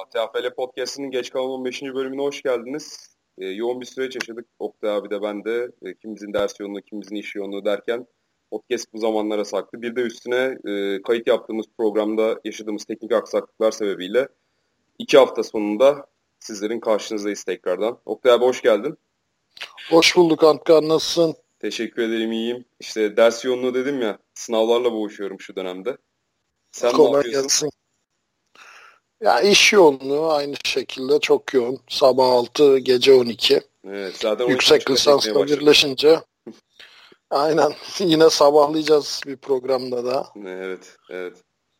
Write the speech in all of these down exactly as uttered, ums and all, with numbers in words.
T A F L Podcast'ının geç kalan on beşinci bölümüne hoş geldiniz. Ee, yoğun bir süreç yaşadık. Oktay abi de ben de. E, kimimizin ders yoğunluğu, kimimizin iş yoğunluğu derken podcast bu zamanlara sarktı. Bir de üstüne e, kayıt yaptığımız programda yaşadığımız teknik aksaklıklar sebebiyle iki hafta sonunda sizlerin karşınızdayız tekrardan. Oktay abi hoş geldin. Hoş bulduk Antkan, nasılsın? Teşekkür ederim, iyiyim. İşte ders yoğunluğu dedim ya, sınavlarla boğuşuyorum şu dönemde. Sen Kolay ne yapıyorsun? gelsin. Ya iş yoğunluğu aynı şekilde çok yoğun. Sabah altı, gece on iki. Evet, zaten Yüksek lisansla birleşince aynen yine sabahlayacağız bir programda da. Evet, evet.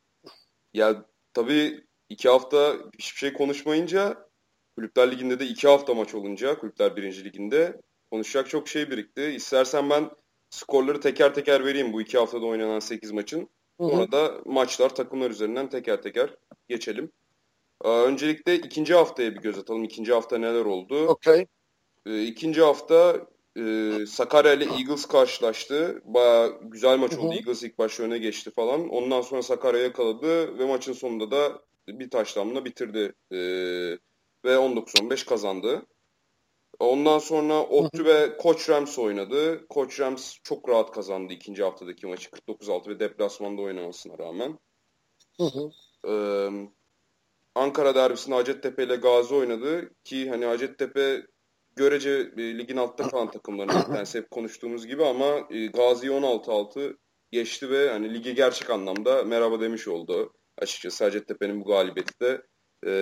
Ya tabii iki hafta hiçbir şey konuşmayınca, Kulüpler Ligi'nde de iki hafta maç olunca, Kulüpler Birinci Ligi'nde konuşacak çok şey birikti. İstersen ben skorları teker teker vereyim bu iki haftada oynanan sekiz maçın. Sonra Hı hı. da maçlar, takımlar üzerinden teker teker geçelim. Ee, öncelikle ikinci haftaya bir göz atalım. İkinci hafta neler oldu? Okey. Ee, ikinci hafta e, Sakarya ile Eagles karşılaştı. Bayağı güzel maç Hı oldu. hı. Eagles ilk başta öne geçti falan. Ondan sonra Sakarya yakaladı ve maçın sonunda da bir taşlamla bitirdi. Ee, ve on dokuz on beş kazandı. Ondan sonra Hı Ottu hı. ve Koç Rams oynadı. Koç Rams çok rahat kazandı ikinci haftadaki maçı kırk dokuz altı ve deplasmanda oynamasına rağmen. Hı hı. Ee, Ankara derbisinde Hacettepe ile Gazi oynadı ki hani Hacettepe görece e, ligin altta kalan takımlarından bir tanesi, hep konuştuğumuz gibi, ama e, Gazi'yi on altı altı geçti ve hani ligi gerçek anlamda merhaba demiş oldu. Açıkçası Hacettepe'nin bu galibiyeti de e,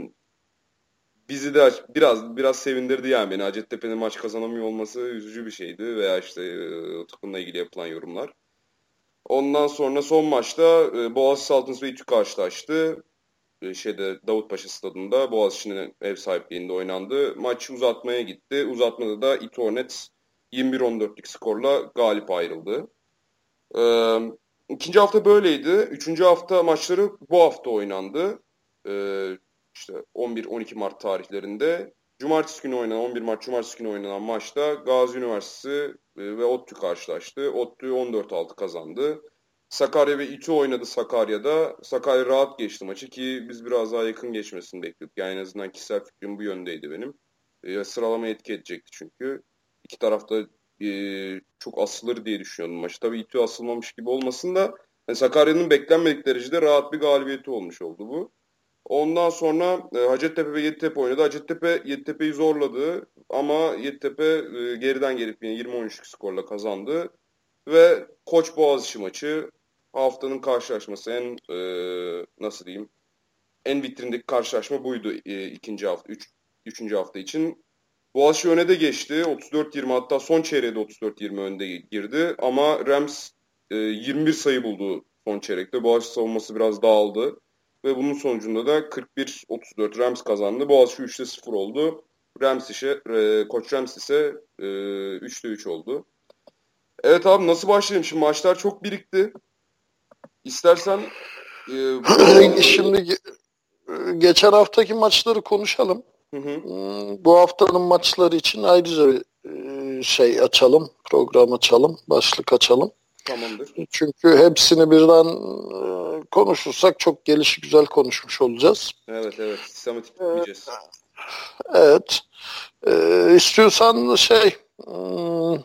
bizi de biraz biraz sevindirdi yani beni. Hacettepe'nin maç kazanamıyor olması üzücü bir şeydi veya işte e, takımla ilgili yapılan yorumlar. Ondan sonra son maçta e, Boğaziçi Saltins ve İTÜ karşılaştı. Şeyde Davutpaşa Stadı'nda Boğaziçi'nin ev sahipliğinde oynandı. Maç uzatmaya gitti. Uzatmada da İTÜ Hornets yirmi bir on dörtlük skorla galip ayrıldı. Ee, ikinci hafta böyleydi. Üçüncü hafta maçları bu hafta oynandı. Ee, işte on bir on iki Mart tarihlerinde. Cumartesi günü oynanan, on bir Mart Cumartesi günü oynanan maçta Gazi Üniversitesi ve ODTÜ karşılaştı. ODTÜ on dört altı kazandı. Sakarya ve İTÜ oynadı Sakarya'da. Sakarya rahat geçti maçı ki biz biraz daha yakın geçmesini bekliyorduk. Yani en azından kişisel fikrim bu yöndeydi benim. E, sıralama etki edecekti çünkü. İki tarafta e, çok asılır diye düşünüyordum maçı. Tabii İTÜ asılmamış gibi olmasın da yani Sakarya'nın beklenmedik derecede rahat bir galibiyeti olmuş oldu bu. Ondan sonra e, Hacettepe ve Yeditepe oynadı. Hacettepe Yeditepe'yi zorladı ama Yeditepe e, geriden gelip yine yirmi on üçlük skorla kazandı. Ve Koç Boğaziçi maçı haftanın karşılaşması, en e, nasıl diyeyim, en vitrindeki karşılaşma buydu e, ikinci hafta, üç, üçüncü hafta için. Boğaziçi öne de geçti. otuz dört yirmi, hatta son çeyreğe de otuz dört yirmi önde girdi. Ama Rams e, yirmi bir sayı buldu son çeyrekte. Boğaziçi savunması biraz dağıldı. Ve bunun sonucunda da kırk bir otuz dört Rams kazandı. Boğaziçi üçte sıfır oldu. Rams ise, e, Koç Rams ise e, üçte üç oldu. Evet abi, nasıl başlayayım? Şimdi maçlar çok birikti. İstersen e, bu... Şimdi ge- geçen haftaki maçları konuşalım. Hı hı, Hmm, Bu haftanın maçları için ayrıca bir e, şey açalım, program açalım, başlık açalım. tamamdır. Çünkü hepsini birden e, konuşursak çok gelişi güzel konuşmuş olacağız. Evet evet, sistematik E, gideceğiz. Evet. E, istiyorsan şey hmm,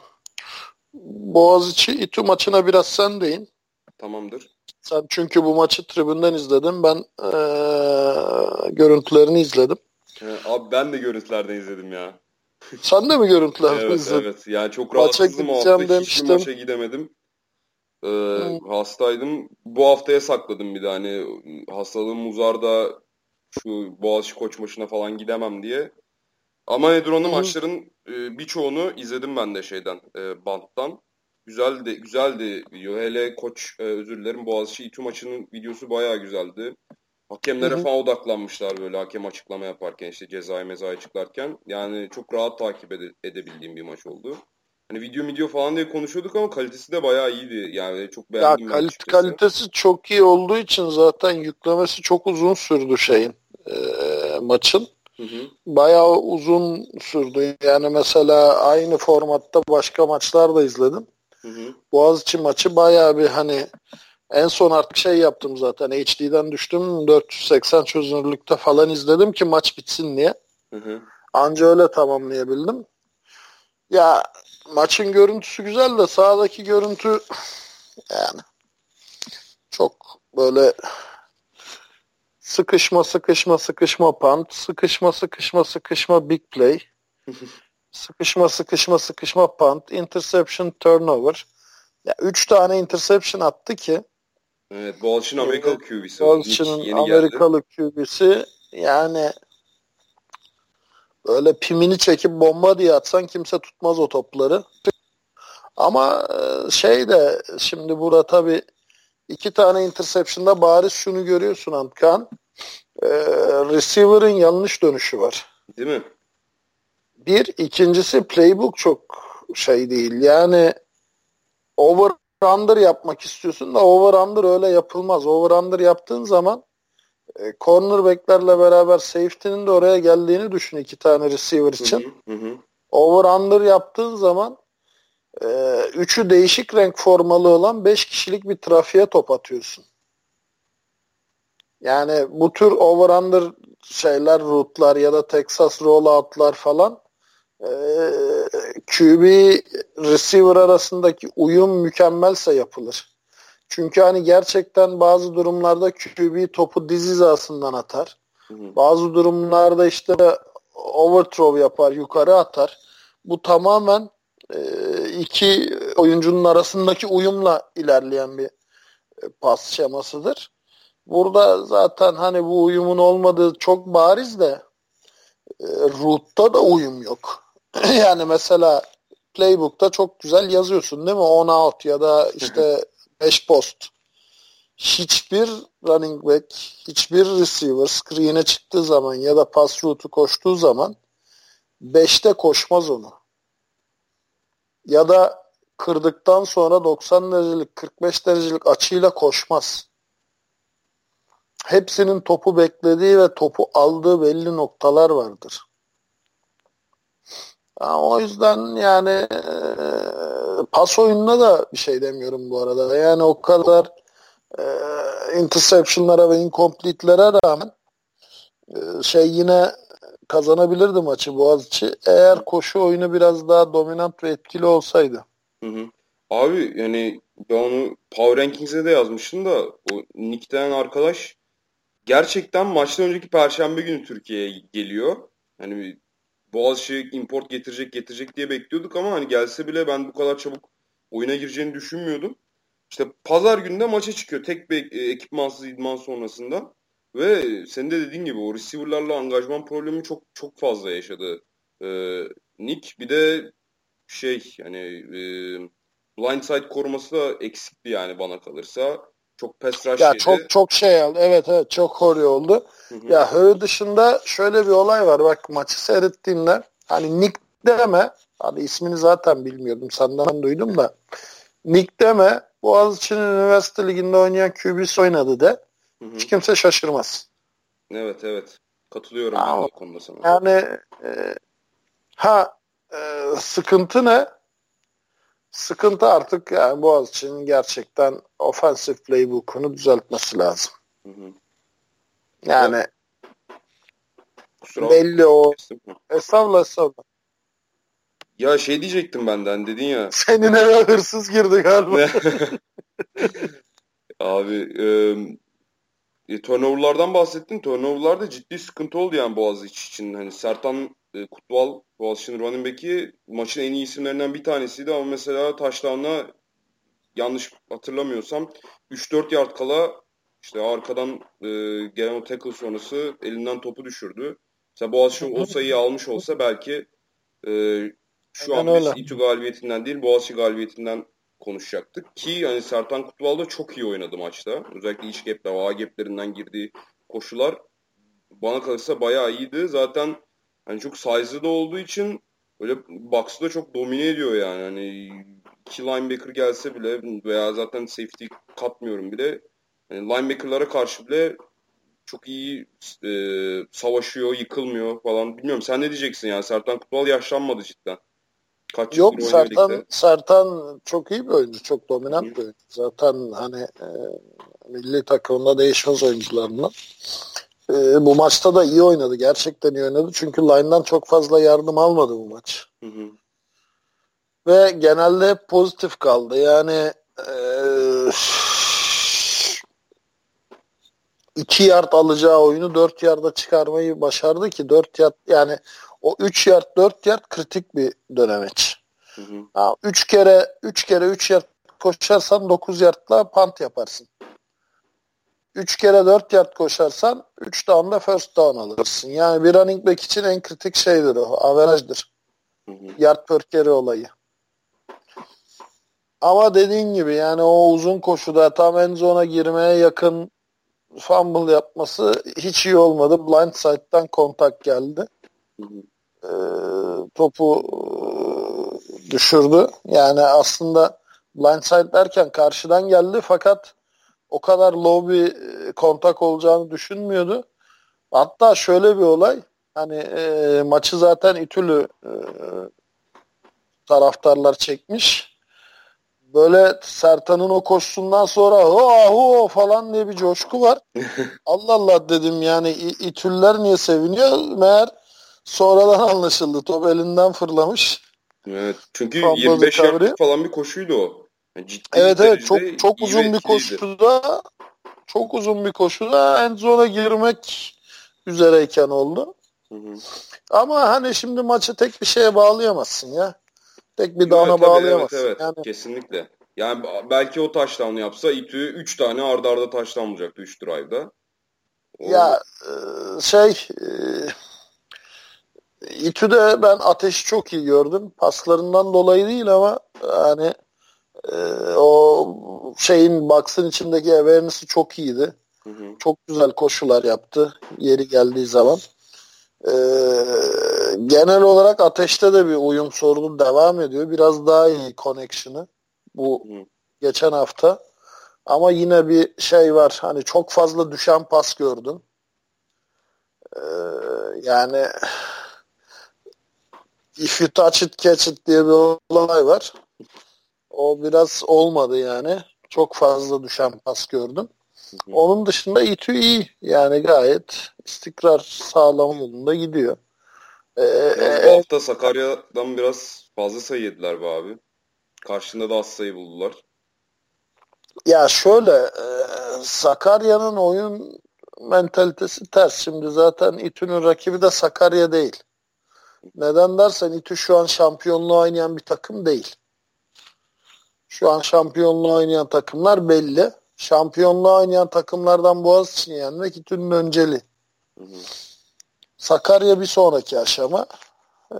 Boğaziçi İTÜ maçına biraz sen değin. Tamamdır. Sen çünkü bu maçı tribünden izledin. Ben e, görüntülerini izledim. He, abi ben de görüntülerden izledim ya. Sen de mi görüntülerini Evet izledin? evet, yani çok Maça rahatsızdım o hafta. gideceğim Hiçbir demiştin. maça gidemedim. Ee, Hmm. hastaydım. Bu haftaya sakladım bir de, hani hastalığım uzar da şu Boğaziçi Koç maçına falan gidemem diye. Ama nedir onu, Hı maçların e, birçoğunu izledim ben de şeyden, e, banttan. Güzeldi, güzeldi video. Hele Koç, e, özür dilerim, Boğaziçi İTÜ maçının videosu bayağı güzeldi. hı. Hakemlere Hı. falan odaklanmışlar böyle, hakem açıklama yaparken, işte cezayı mezayı açıklarken. Yani çok rahat takip ede- edebildiğim bir maç oldu. Hani video video falan diye konuşuyorduk ama kalitesi de bayağı iyiydi. Yani çok Ya beğendim ben kalit açıkçası. kalitesi çok iyi olduğu için zaten yüklemesi çok uzun sürdü şeyin e, maçın. Hı hı. Bayağı uzun sürdü. Yani mesela aynı formatta başka maçlar da izledim. Hı hı. Boğaziçi maçı bayağı bir hani En son artık şey yaptım zaten. H D'den düştüm. dört yüz seksen çözünürlükte falan izledim ki maç bitsin diye. Hı hı. Anca öyle tamamlayabildim. Ya maçın görüntüsü güzel de sahadaki görüntü yani çok böyle sıkışma sıkışma sıkışma punt, sıkışma sıkışma sıkışma big play, sıkışma sıkışma sıkışma punt, interception, turnover. Ya üç tane interception attı ki Evet, Boğaziçi'nin e, Amerikalı Q B'si o. Nick Boğaziçi'nin yeni geldi. Amerikalı Q B'si yani öyle pimini çekip bomba diye atsan kimse tutmaz o topları. Ama e, şey de şimdi burada tabii iki tane interception'da bariz şunu görüyorsun Antkan. E, receiver'ın yanlış dönüşü var. Değil mi? Bir, ikincisi playbook çok şey değil. Yani over under yapmak istiyorsun da over under öyle yapılmaz. Over under yaptığın zaman e, cornerback'lerle beraber safety'nin de oraya geldiğini düşün iki tane receiver Hı için. hı, hı hı. Over under yaptığın zaman e, üçü değişik renk formalı olan beş kişilik bir trafiğe top atıyorsun. Yani bu tür over under şeyler, rootlar ya da Texas rollout'lar falan e, Q B receiver arasındaki uyum mükemmelse yapılır. Çünkü hani gerçekten bazı durumlarda Q B topu diz hizasından atar. Hı hı. Bazı durumlarda işte overthrow yapar, yukarı atar. Bu tamamen e, iki oyuncunun arasındaki uyumla ilerleyen bir e, pas şemasıdır. Burada zaten hani bu uyumun olmadığı çok bariz de e, root'ta da uyum yok. Yani mesela playbook'ta çok güzel yazıyorsun değil mi? On out ya da işte beş post. Hiçbir running back, hiçbir receiver screen'e çıktığı zaman ya da pass route'u koştuğu zaman beşte koşmaz onu. Ya da kırdıktan sonra doksan derecelik, kırk beş derecelik açıyla koşmaz. Hepsinin topu beklediği ve topu aldığı belli noktalar vardır. Ha, o yüzden yani e, pas oyununa da bir şey demiyorum bu arada. Yani o kadar e, interception'lara ve incomplete'lere rağmen e, şey yine kazanabilirdi maçı Boğaziçi. Eğer koşu oyunu biraz daha dominant ve etkili olsaydı. Hı hı. Abi yani ben onu Power Rankings'e de yazmıştım da o Nick denen arkadaş gerçekten maçtan önceki Perşembe günü Türkiye'ye geliyor. Hani Boğaziçi import getirecek getirecek diye bekliyorduk ama hani gelse bile ben bu kadar çabuk oyuna gireceğini düşünmüyordum. İşte pazar günü de maça çıkıyor tek bir e, ekipmansız idman sonrasında. Ve senin de dediğin gibi o receiver'larla angajman problemi çok çok fazla yaşadı. Ee, Nick bir de şey yani e, blindside koruması da eksikti yani bana kalırsa. Çok pass rush Ya çok yedi. çok şey aldı. Evet evet çok Hurry oldu. Hı hı, Ya Hurry dışında şöyle bir olay var. Bak maçı seyrettiğimde hani Nick deme. Hani ismini zaten bilmiyordum. Senden duydum da. Nick deme. Boğaziçi'nin üniversite liginde oynayan Q B'si oynadı de. hı Hiç hı. kimse şaşırmaz. Evet evet. Katılıyorum ben de Ama o konuda sana. yani e, ha e, sıkıntı ne? Sıkıntı artık yani Boğaziçi'nin gerçekten offensive playbook'unu düzeltmesi lazım. Hı hı. Ya Yani kusura bakma. belli o. Kestim. Hı. Estağfurullah estağfurullah. Ya şey diyecektim benden dedin ya. Senin eve hırsız girdi galiba. Abi E, turnover'lardan bahsettin. Turnover'lar da ciddi sıkıntı oldu yani Boğaziçi için. Hani Sertan e, Kutbal, Boğaziçi'nin running back'i maçın en iyi isimlerinden bir tanesiydi ama mesela touchdown'a yanlış hatırlamıyorsam üç dört yard kala işte arkadan e, gelen o tackle sonrası elinden topu düşürdü. Mesela Boğaziçi o sayıyı almış olsa belki e, şu Aynen an biz öyle. İTÜ galibiyetinden değil Boğaziçi galibiyetinden konuşacaktık. Ki hani Sertan Kutbal da çok iyi oynadı maçta. Özellikle iç gap'ler, o A gap'lerinden girdiği koşular bana kalırsa bayağı iyiydi. Zaten hani çok size'lı da olduğu için öyle box'ı da çok domine ediyor yani. Hani iki linebacker gelse bile veya zaten safety katmıyorum bile. Yani linebacker'lara karşı bile çok iyi e, savaşıyor, yıkılmıyor falan. Bilmiyorum sen ne diyeceksin yani? Sertan Kutbal yaşlanmadı cidden. Kaç Yok, yıldır oynuyor Sertan ligde. Sertan çok iyi bir oyuncu. Çok dominant Hı-hı. bir oyuncu. Zaten hani e, milli takımında değişmez oyuncularından. E, bu maçta da iyi oynadı. Gerçekten iyi oynadı. Çünkü line'dan çok fazla yardım almadı bu maç. Hı-hı. Ve genelde hep pozitif kaldı. Yani e, iki yard alacağı oyunu dört yarda çıkarmayı başardı ki dört yard, yani o üç yard dört yard kritik bir dönemeç. Hı-hı. Ha, üç kere üç kere üç yard koşarsan dokuz yardla punt yaparsın. üç kere dört yard koşarsan üç down'da first down alırsın. Yani bir running back için en kritik şeydir o. Average'dır. Hı-hı. Yard per carry olayı. Ama dediğin gibi yani o uzun koşuda tam end zone'a girmeye yakın fumble yapması hiç iyi olmadı. Blind side'dan kontak geldi. Hı-hı. Ee, topu e, düşürdü. Yani aslında blindside derken karşıdan geldi fakat o kadar low bir e, kontak olacağını düşünmüyordu. Hatta şöyle bir olay, hani e, maçı zaten İTÜ'lü e, taraftarlar çekmiş. Böyle Sertan'ın o koşusundan sonra ho ho falan diye bir coşku var. Allah Allah dedim, yani İ- İTÜ'lüler niye seviniyor? Meğer sonradan anlaşıldı. Top elinden fırlamış. Evet. Çünkü Fumble yirmi beş recovery. yardlık falan bir koşuydu o. Yani ciddi Evet evet, çok derecede çok iyi ve uzun bir etkiliydi. koşuda çok uzun bir koşuda end zone'a girmek üzereyken oldu. Hı hı. Ama hani şimdi maçı tek bir şeye bağlayamazsın ya. Tek bir Yo, dağına tabii evet bağlayamazsın. evet. Yani Kesinlikle. Yani belki o touchdown'u yapsa İTÜ üç tane arda arda touchdown bulacaktı üç drive'da. O ya e, şey e, İTÜ'de ben Ateş'i çok iyi gördüm. Paslarından dolayı değil ama hani e, o şeyin box'ın içindeki awareness'ı çok iyiydi. hı hı. Çok güzel koşular yaptı yeri geldiği zaman. Ee, genel olarak Ateş'te de bir uyum sorunu devam ediyor. Biraz daha iyi connection'ı bu Hı hı. geçen hafta. Ama yine bir şey var. Hani çok fazla düşen pas gördüm. Ee, yani if you touch it catch it diye bir olay var. O biraz olmadı yani. Çok fazla düşen pas gördüm. Hı hı. Onun dışında İTÜ iyi. Yani gayet istikrar sağlama yolunda gidiyor. Ee, Yalnız bu e, hafta Sakarya'dan biraz fazla sayı yediler be abi. Karşında da az sayı buldular. Ya şöyle, e, Sakarya'nın oyun mentalitesi ters. Şimdi zaten İTÜ'nün rakibi de Sakarya değil. Neden dersen İTÜ şu an şampiyonluğu oynayan bir takım değil. Şu an şampiyonluğu oynayan takımlar belli. Şampiyonluğu oynayan takımlardan Boğaziçi'ni yenmek İTÜ'nün önceliği. Hı hı. Sakarya bir sonraki aşama. Ee,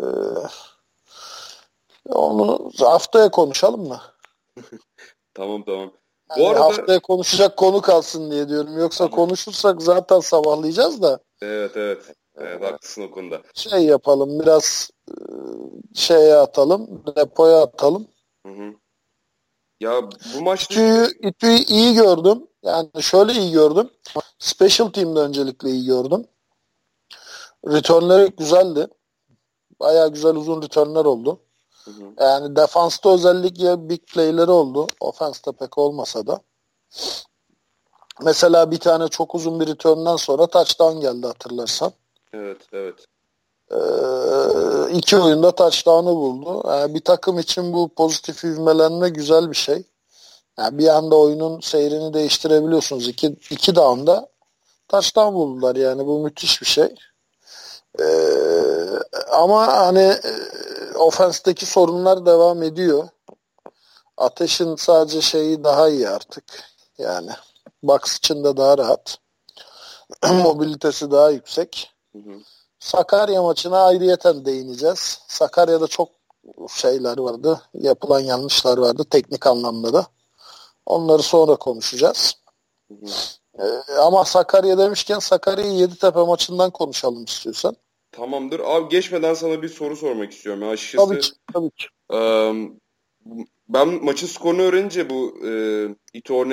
onu haftaya konuşalım mı? Tamam tamam. Bu Yani arada haftaya konuşacak konu kalsın diye diyorum. Yoksa konuşursak zaten sabahlayacağız da. evet evet. Evet haklısın o konuda. Şey yapalım biraz, e, şeye atalım, depoya atalım. Hı hı. Ya bu maçla İTÜ'yü, ilgili İTÜ'yü iyi gördüm. Yani şöyle iyi gördüm. Special Team'de öncelikle iyi gördüm. Return'leri güzeldi. Bayağı güzel uzun return'ler oldu. hı hı. Yani defansta özellikle big play'leri oldu. Offense'da pek olmasa da. Mesela bir tane çok uzun bir return'dan sonra touchdown geldi hatırlarsan. Evet evet. Ee, iki oyunda touchdown'ı buldu. Yani bir takım için bu pozitif ivmelenme güzel bir şey. Yani bir anda oyunun seyrini değiştirebiliyorsunuz. İki, iki down'da touchdown buldular. Yani bu müthiş bir şey. Ee, ama hani e, ofensteki sorunlar devam ediyor. Ateş'in sadece şeyi daha iyi artık. Yani box içinde daha rahat. Mobilitesi daha yüksek. Hı hı. Sakarya maçına ayrıyeten değineceğiz. Sakarya'da çok şeyler vardı. Yapılan yanlışlar vardı teknik anlamda da. Onları sonra konuşacağız. Hı hı. Ee, ama Sakarya demişken Sakarya'yı Yeditepe maçından konuşalım istiyorsan. Tamamdır. Abi geçmeden sana bir soru sormak istiyorum. Ya Tabii açıkçası ki. Tabii ki. e, ben maçın skorunu öğrenince bu e, İTÜ Hornets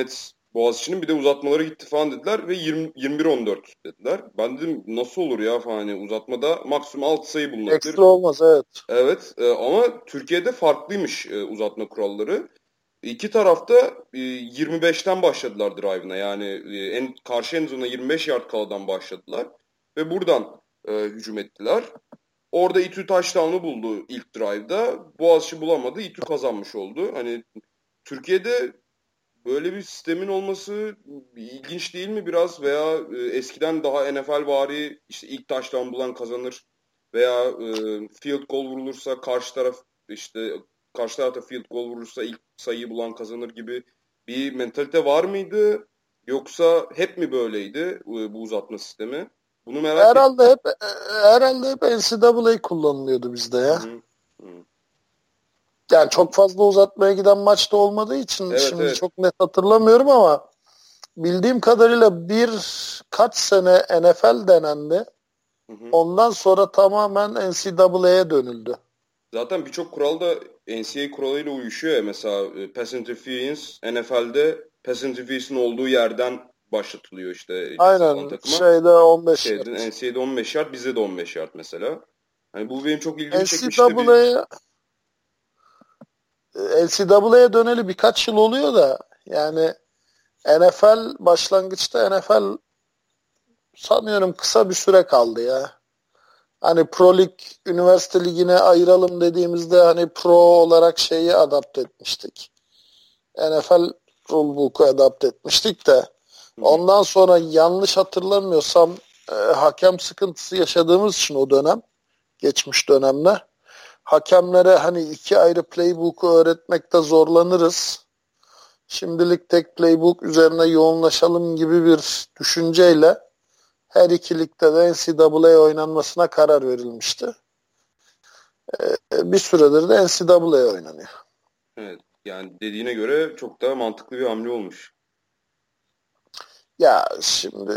Boğaziçi'nin bir de uzatmaları gitti falan dediler ve yirmi, yirmi bir on dört dediler. Ben dedim nasıl olur ya falan, hani uzatmada maksimum altı sayı bulunabilir. Ekstra olmaz, evet. Evet e, ama Türkiye'de farklıymış e, uzatma kuralları. İki tarafta e, yirmi beşten başladılar drive'ına, yani e, en karşı en zona yirmi beş yard kaladan başladılar ve buradan e, hücum ettiler. Orada İTÜ touchdown'u buldu ilk drive'da. Boğaziçi bulamadı. İTÜ kazanmış oldu. Hani Türkiye'de böyle bir sistemin olması ilginç değil mi biraz? Veya e, eskiden daha N F L vari işte ilk touchdown bulan kazanır veya e, field goal vurulursa karşı taraf işte karşı tarafta field goal vurursa ilk sayıyı bulan kazanır gibi bir mentalite var mıydı? Yoksa hep mi böyleydi e, bu uzatma sistemi? Bunu merak ettim. Herhalde hep herhalde hep N C double A kullanılıyordu bizde Hı ya. hı. Hı. Yani çok fazla uzatmaya giden maçta olmadığı için Evet, şimdi evet. çok net hatırlamıyorum ama bildiğim kadarıyla bir kaç sene N F L denendi. Hı hı. Ondan sonra tamamen N C double A'ye dönüldü. Zaten birçok kural da N C A A kuralıyla uyuşuyor ya. Mesela e, pass interference N F L'de pass interference'in olduğu yerden başlatılıyor işte ceza alan Aynen, takıma. şeyde on beş Şeyden yard. N C A A'de on beş yard, bizde de on beş yard mesela. Hani bu benim çok ilgimi çekmişti bir. N C double A'ye N C double A'ye döneli birkaç yıl oluyor da yani N F L başlangıçta N F L sanıyorum kısa bir süre kaldı ya. Hani Pro Lig, üniversite ligine ayıralım dediğimizde hani pro olarak şeyi adapte etmiştik. N F L rulebook'u adapte etmiştik de Hı hı. ondan sonra yanlış hatırlamıyorsam e, hakem sıkıntısı yaşadığımız için o dönem, geçmiş dönemde hakemlere hani iki ayrı playbook'u öğretmekte zorlanırız. Şimdilik tek playbook üzerine yoğunlaşalım gibi bir düşünceyle her iki ligde de N C double A oynanmasına karar verilmişti. E, bir süredir de N C double A oynanıyor. Evet. Yani dediğine göre çok da mantıklı bir hamle olmuş. Ya şimdi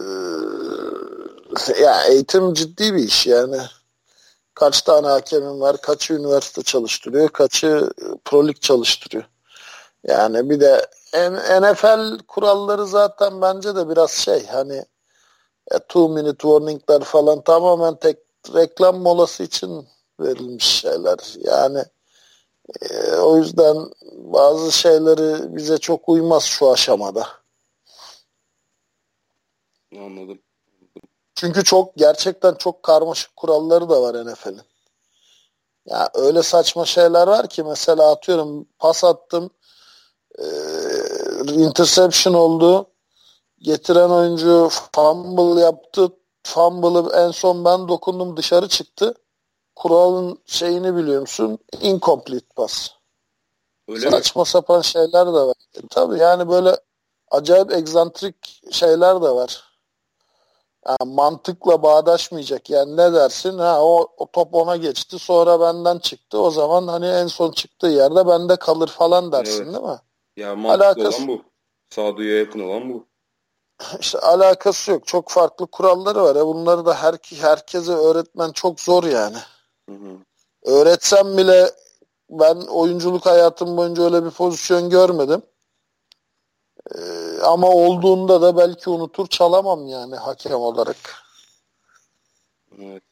ya eğitim ciddi bir iş yani. Kaç tane hakemin var, kaçı üniversite çalıştırıyor, kaçı Pro Lig çalıştırıyor. Yani bir de N F L kuralları zaten bence de biraz şey hani e, two minute warning'ler falan tamamen tek reklam molası için verilmiş şeyler. Yani e, o yüzden bazı şeyleri bize çok uymaz şu aşamada. Anladım. Çünkü çok gerçekten çok karmaşık kuralları da var N F L'in. Ya öyle saçma şeyler var ki mesela atıyorum pas attım, e, interception oldu. Getiren oyuncu fumble yaptı. Fumble'ı en son ben dokundum, dışarı çıktı. Kuralın şeyini biliyor musun? Incomplete pass. Öyle mi? Saçma sapan şeyler de var. E, tabii yani böyle acayip egzantrik şeyler de var. Yani mantıkla bağdaşmayacak. Yani ne dersin? Ha, o, o top ona geçti, sonra benden çıktı. O zaman hani en son çıktığı yerde bende kalır falan dersin, Evet. değil mi? Ya mantıklı Alakası olan bu. Sağduyuya yakın olan bu. işte alakası yok. Çok farklı kuralları var. Ya. Bunları da her, herkese öğretmen çok zor yani. Hı hı. Öğretsem bile ben oyunculuk hayatım boyunca öyle bir pozisyon görmedim. Ee, ama olduğunda da belki unutur çalamam yani hakem olarak. Evet.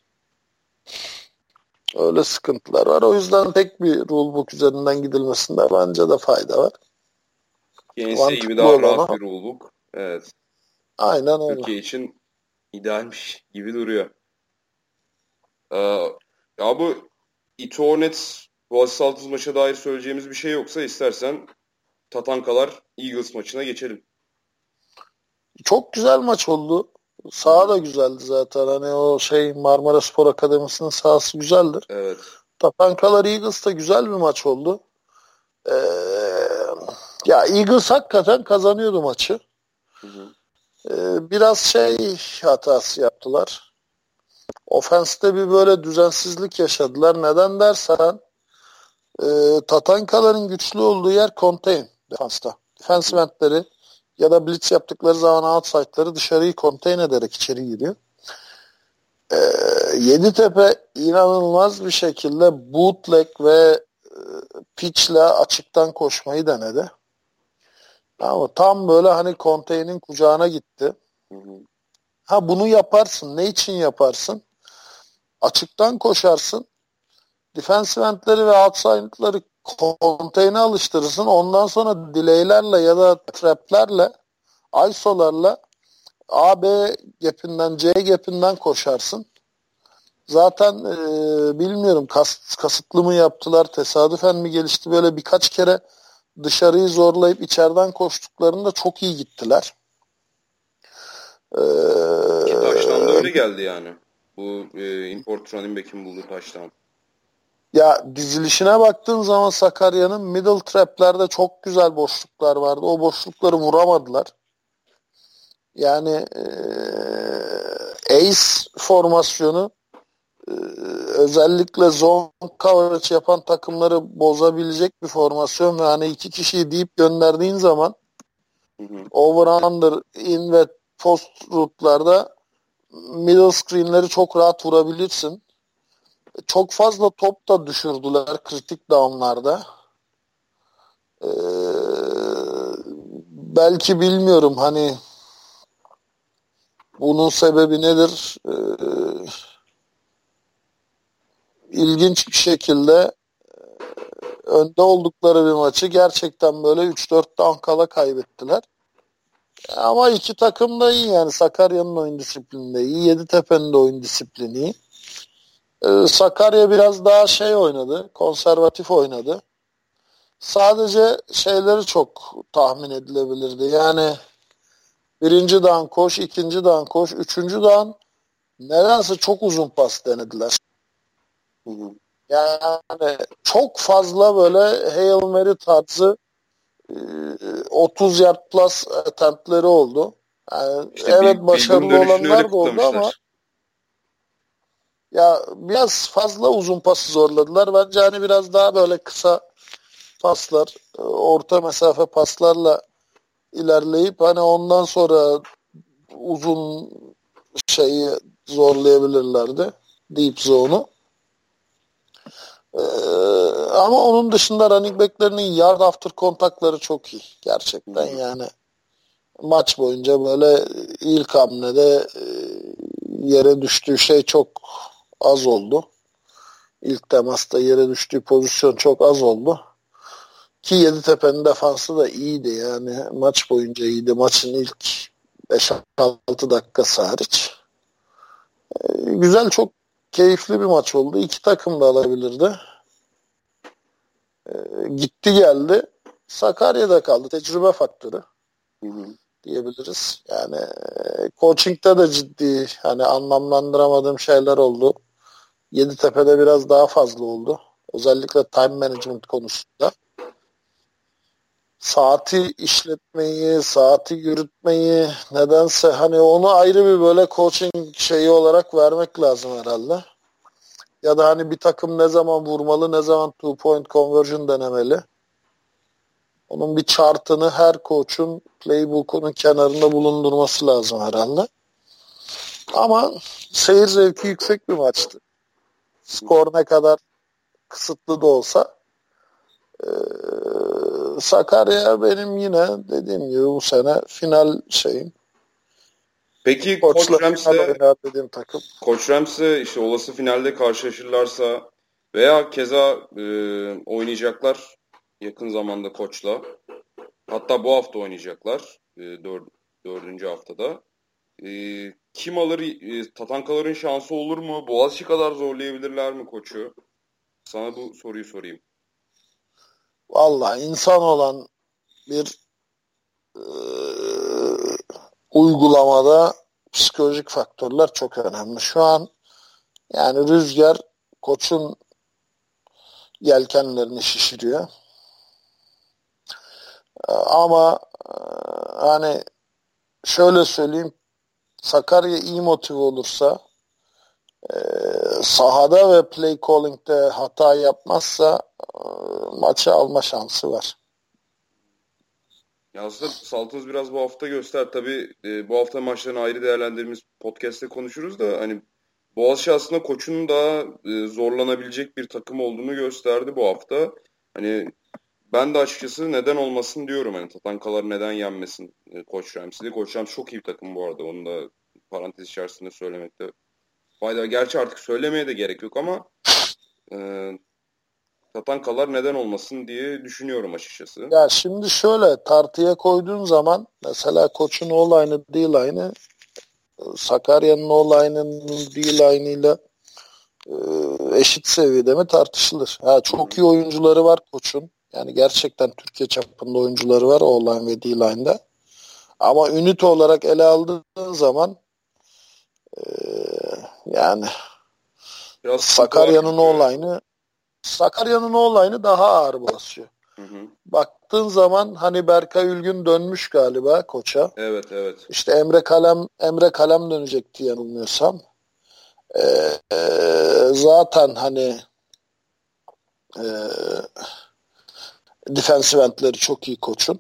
Öyle sıkıntılar var. O yüzden tek bir rulebook üzerinden gidilmesinde bence de fayda var. N C A A gibi Mantıklı daha olan rahat o. bir rulebook. Evet. Aynen öyle. Türkiye için idealmiş gibi duruyor. Ee, ya bu İTÜ Hornets Boğaziçi Saltız maça dair söyleyeceğimiz bir şey yoksa istersen Tatankalar Eagles maçına geçelim. Çok güzel maç oldu. Hı Saha hı. da güzeldi zaten. Hani o şey Marmara Spor Akademisi'nin sahası güzeldir. Evet. Tapankalar Eagles da güzel bir maç oldu. Ee, ya Eagles hakikaten kazanıyordu maçı. Hı hı. Ee, biraz şey hatası yaptılar. Ofenste bir böyle düzensizlik yaşadılar. Neden dersen e, Tatankaların güçlü olduğu yer contain defansta. Hı Defensive hı. endleri ya da blitz yaptıkları zaman outside'ları dışarıyı contain ederek içeri giriyor. E, Yeditepe inanılmaz bir şekilde bootleg ve e, pitch'le açıktan koşmayı denedi. Ama tam böyle hani Conte'nin kucağına gitti. Hı hı. Ha bunu yaparsın. Ne için yaparsın? Açıktan koşarsın. Defensive endleri ve outside'ları Conte'ne alıştırırsın. Ondan sonra delay'lerle ya da trap'lerle, I S O'larla A B gap'inden C gap'inden koşarsın. Zaten e, bilmiyorum kas, kasıtlı mı yaptılar, tesadüfen mi gelişti, böyle birkaç kere dışarıyı zorlayıp içeriden koştuklarında çok iyi gittiler. Ki taştan da Ee, öyle geldi yani. Bu e, import running back'in bulduğu taştan. Ya dizilişine baktığın zaman Sakarya'nın middle trap'lerde çok güzel boşluklar vardı. O boşlukları vuramadılar. Yani ee, Ace formasyonu ee, özellikle zone coverage yapan takımları bozabilecek bir formasyon ve hani iki kişiyi deyip gönderdiğin zaman Hı hı. over under in ve post route'larda middle screen'leri çok rahat vurabilirsin. Çok fazla top da düşürdüler kritik down'larda. Ee, Belki bilmiyorum hani bunun sebebi nedir? Ee, ilginç bir şekilde önde oldukları bir maçı gerçekten böyle üç dört down kala kaybettiler. Ama iki takım da iyi yani. Sakarya'nın oyun disiplini de iyi. Yeditepe'nin de oyun disiplini iyi. Ee, Sakarya biraz daha şey oynadı. Konservatif oynadı. Sadece şeyleri çok tahmin edilebilirdi. Yani birinci down koş, ikinci down koş, üçüncü down nedense çok uzun pas denediler. Hı hı. Yani çok fazla böyle Hail Mary tarzı e, otuz yard plus attemptleri oldu. Yani İşte evet Big, Bill'in başarılı dönüşünü öyle olanlar da oldu ama kutlamışlar. ya biraz fazla uzun pası zorladılar. Bence hani biraz daha böyle kısa paslar, e, orta mesafe paslarla ilerleyip hani ondan sonra uzun şeyi zorlayabilirlerdi. Deep zone'u. Ee, Ama onun dışında running back'lerinin yard after kontakları çok iyi. Hı Gerçekten hı. yani maç boyunca böyle ilk hamlede e, yere düştüğü şey çok az oldu. İlk temasta yere düştüğü pozisyon çok az oldu. Ki Yeditepe'nin defansı da iyiydi yani. Maç boyunca iyiydi. Maçın ilk beş altı dakikası hariç. E, güzel, çok keyifli bir maç oldu. İki takım da alabilirdi. E, gitti geldi. Sakarya'da kaldı. Tecrübe faktörü Hı hı. diyebiliriz. Yani e, coaching'de de ciddi hani anlamlandıramadığım şeyler oldu. Yeditepe'de biraz daha fazla oldu. Özellikle time management konusunda. Saati işletmeyi, saati yürütmeyi nedense hani onu ayrı bir böyle coaching şeyi olarak vermek lazım herhalde. Ya da hani bir takım ne zaman vurmalı, ne zaman two point conversion denemeli. Onun bir chartını her koçun playbook'unun kenarında bulundurması lazım herhalde. Ama seyir zevki yüksek bir maçtı. Skor ne kadar kısıtlı da olsa. Ee, Sakarya benim yine dediğim gibi bu sene final şeyim. Peki Koçla Koç final Rams'le oynar dediğim takım. Koç Rams'le işte olası finalde karşılaşırlarsa veya keza e, oynayacaklar yakın zamanda Koç'la. Hatta bu hafta oynayacaklar. E, dör, dördüncü haftada. E, kim alır? E, Tatankaların şansı olur mu? Boğaziçi kadar zorlayabilirler mi Koç'u? Sana bu soruyu sorayım. Valla insan olan bir e, uygulamada psikolojik faktörler çok önemli. Şu an yani rüzgar koçun yelkenlerini şişiriyor. E, ama e, hani şöyle söyleyeyim, Sakarya iyi motive olursa, e, sahada ve play calling'de hata yapmazsa e, maçı alma şansı var. Ya aslında Saltımız biraz bu hafta göster. Tabii e, bu hafta maçlarını ayrı değerlendirdiğimiz podcast'te konuşuruz da hani Boğaziçi aslında Koç'un daha e, zorlanabilecek bir takım olduğunu gösterdi bu hafta. Hani Ben de açıkçası neden olmasın diyorum. Hani Tatankalar neden yenmesin e, Koç Ramsey'de. Koç Ramsey çok iyi bir takım bu arada. Onu da parantez içerisinde söylemekte fayda var. Gerçi artık söylemeye de gerek yok ama e, Tatankalar neden olmasın diye düşünüyorum açıkçası. Ya şimdi şöyle tartıya koyduğun zaman mesela Koç'un O-line'ı D-line'ı Sakarya'nın O-line'ının D-line'ıyla e, eşit seviyede mi tartışılır. Ha, Hı çok hı. iyi oyuncuları var Koç'un. Yani gerçekten Türkiye çapında oyuncuları var O-line ve D-line'da. Ama ünite olarak ele aldığın zaman e, yani Biraz sıkıntı var gibi Sakarya'nın duruyor yani. O-line'ı Sakarya'nın O-line'ı daha ağır basıyor. Hı hı. Baktığın zaman hani Berkay Ülgün dönmüş galiba Koç'a. Evet, evet. İşte Emre Kalem Emre Kalem dönecekti yanılmıyorsam. Ee, e, zaten hani e, defensive endleri çok iyi Koç'un.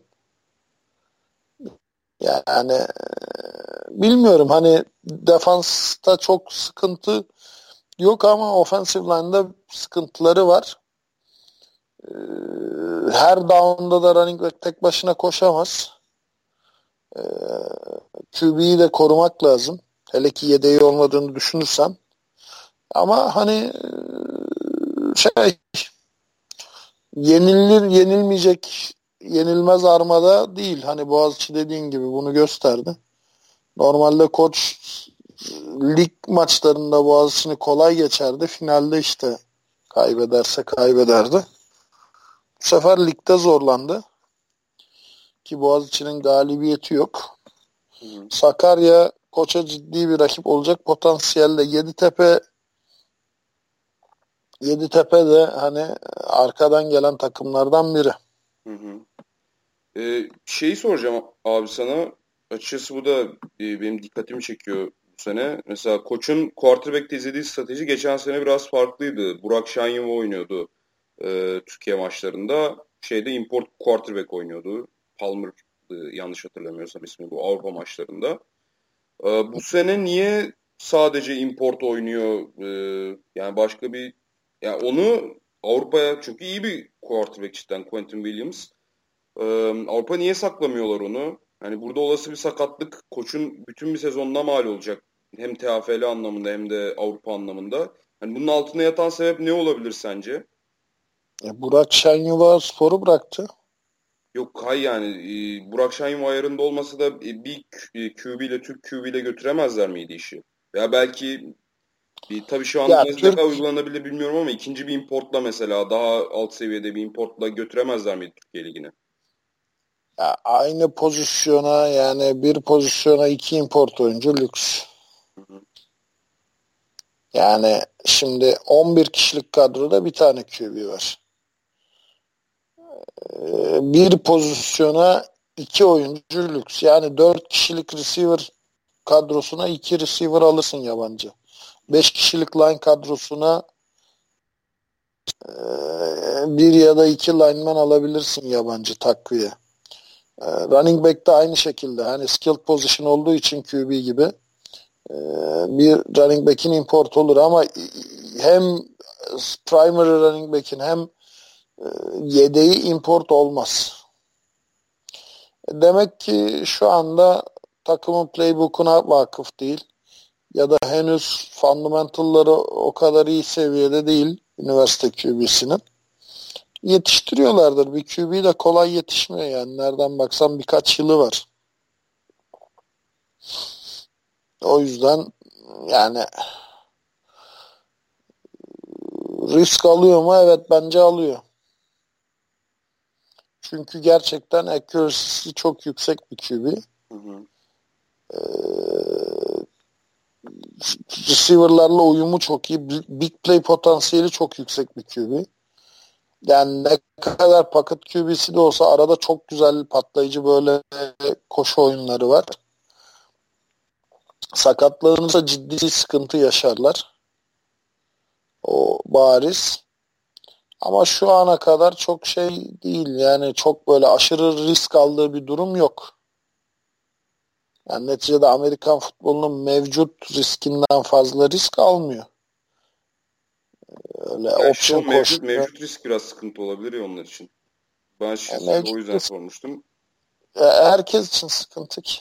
Yani e, bilmiyorum hani defansta çok sıkıntı yok ama offensive line'da sıkıntıları var. Ee, her down'da da running back tek başına koşamaz. Ee, Q B'yi de korumak lazım. Hele ki yedeği olmadığını düşünürsen. Ama hani e, şey yenilir yenilmeyecek yenilmez armada değil. Hani Boğaziçi dediğin gibi bunu gösterdi. Normalde Koç lig maçlarında Boğaziçi'ni kolay geçerdi. Finalde işte kaybederse kaybederdi. Bu sefer ligde zorlandı. Ki Boğaziçi'nin galibiyeti yok. Hı hı. Sakarya Koç'a ciddi bir rakip olacak potansiyelde. Yeditepe Yeditepe de hani arkadan gelen takımlardan biri. Hı hı. Ee, şeyi soracağım abi sana. Açıkçası bu da e, benim dikkatimi çekiyor bu sene. Mesela Koç'un quarterback'te izlediği strateji geçen sene biraz farklıydı. Burak Şahin oynuyordu e, Türkiye maçlarında. Şeyde import quarterback oynuyordu. Palmer e, yanlış hatırlamıyorsam ismi bu Avrupa maçlarında. E, bu sene niye sadece import oynuyor? E, yani başka bir yani onu Avrupa'ya çünkü iyi bir quarterback cidden Quentin Williams. Ee, Avrupa niye saklamıyorlar onu? Hani burada olası bir sakatlık koçun bütün bir sezonuna mal olacak. Hem T A F L anlamında hem de Avrupa anlamında. Hani bunun altında yatan sebep ne olabilir sence? E, Burak Şenyuva sporu bıraktı. Yok hay yani e, Burak Şahin ayarında olmasa da e, bir Q- e, Q B ile Türk Q B ile götüremezler miydi işi? Veya belki bir, tabii şu an Ya ne, ne Türk kadar uygulanabilir bilmiyorum ama ikinci bir importla mesela daha alt seviyede bir importla götüremezler miydi Türkiye Ligi'ne? ya aynı pozisyona yani bir pozisyona iki import oyuncu lüks. Hı hı. Yani şimdi on bir kişilik kadroda bir tane Q B var. Ee, bir pozisyona iki oyuncu lüks. Yani dört kişilik receiver kadrosuna iki receiver alırsın yabancı. Beş kişilik line kadrosuna e, bir ya da iki lineman alabilirsin yabancı takviye. E, running back de aynı şekilde. Hani skilled position olduğu için Q B gibi e, bir running back'in import olur ama hem primary running back'in hem e, yedeği import olmaz. Demek ki şu anda takımın playbook'una vakıf değil ya da henüz fundamental'ları o kadar iyi seviyede değil üniversite Q B'sinin. Yetiştiriyorlardır. Bir Q B de kolay yetişmiyor yani. Nereden baksan birkaç yılı var. O yüzden yani risk alıyor mu? Evet bence alıyor. Çünkü gerçekten accuracy'si çok yüksek bir Q B. Hı hı. Ee, receiver'larla uyumu çok iyi. Big play potansiyeli çok yüksek bir Q B. Yani ne kadar pocket Q B'si de olsa arada çok güzel patlayıcı böyle koşu oyunları var. Sakatlanırsa ciddi sıkıntı yaşarlar. O bariz. Ama şu ana kadar çok şey değil. Yani çok böyle aşırı risk aldığı bir durum yok. Yani neticede Amerikan futbolunun mevcut riskinden fazla risk almıyor. Öyle Ya işte o option mevcut koşmuyor. mevcut risk biraz sıkıntı olabilir ya onlar için. Ben Yani açıkçası o yüzden mevcut sormuştum. herkes için sıkıntı ki.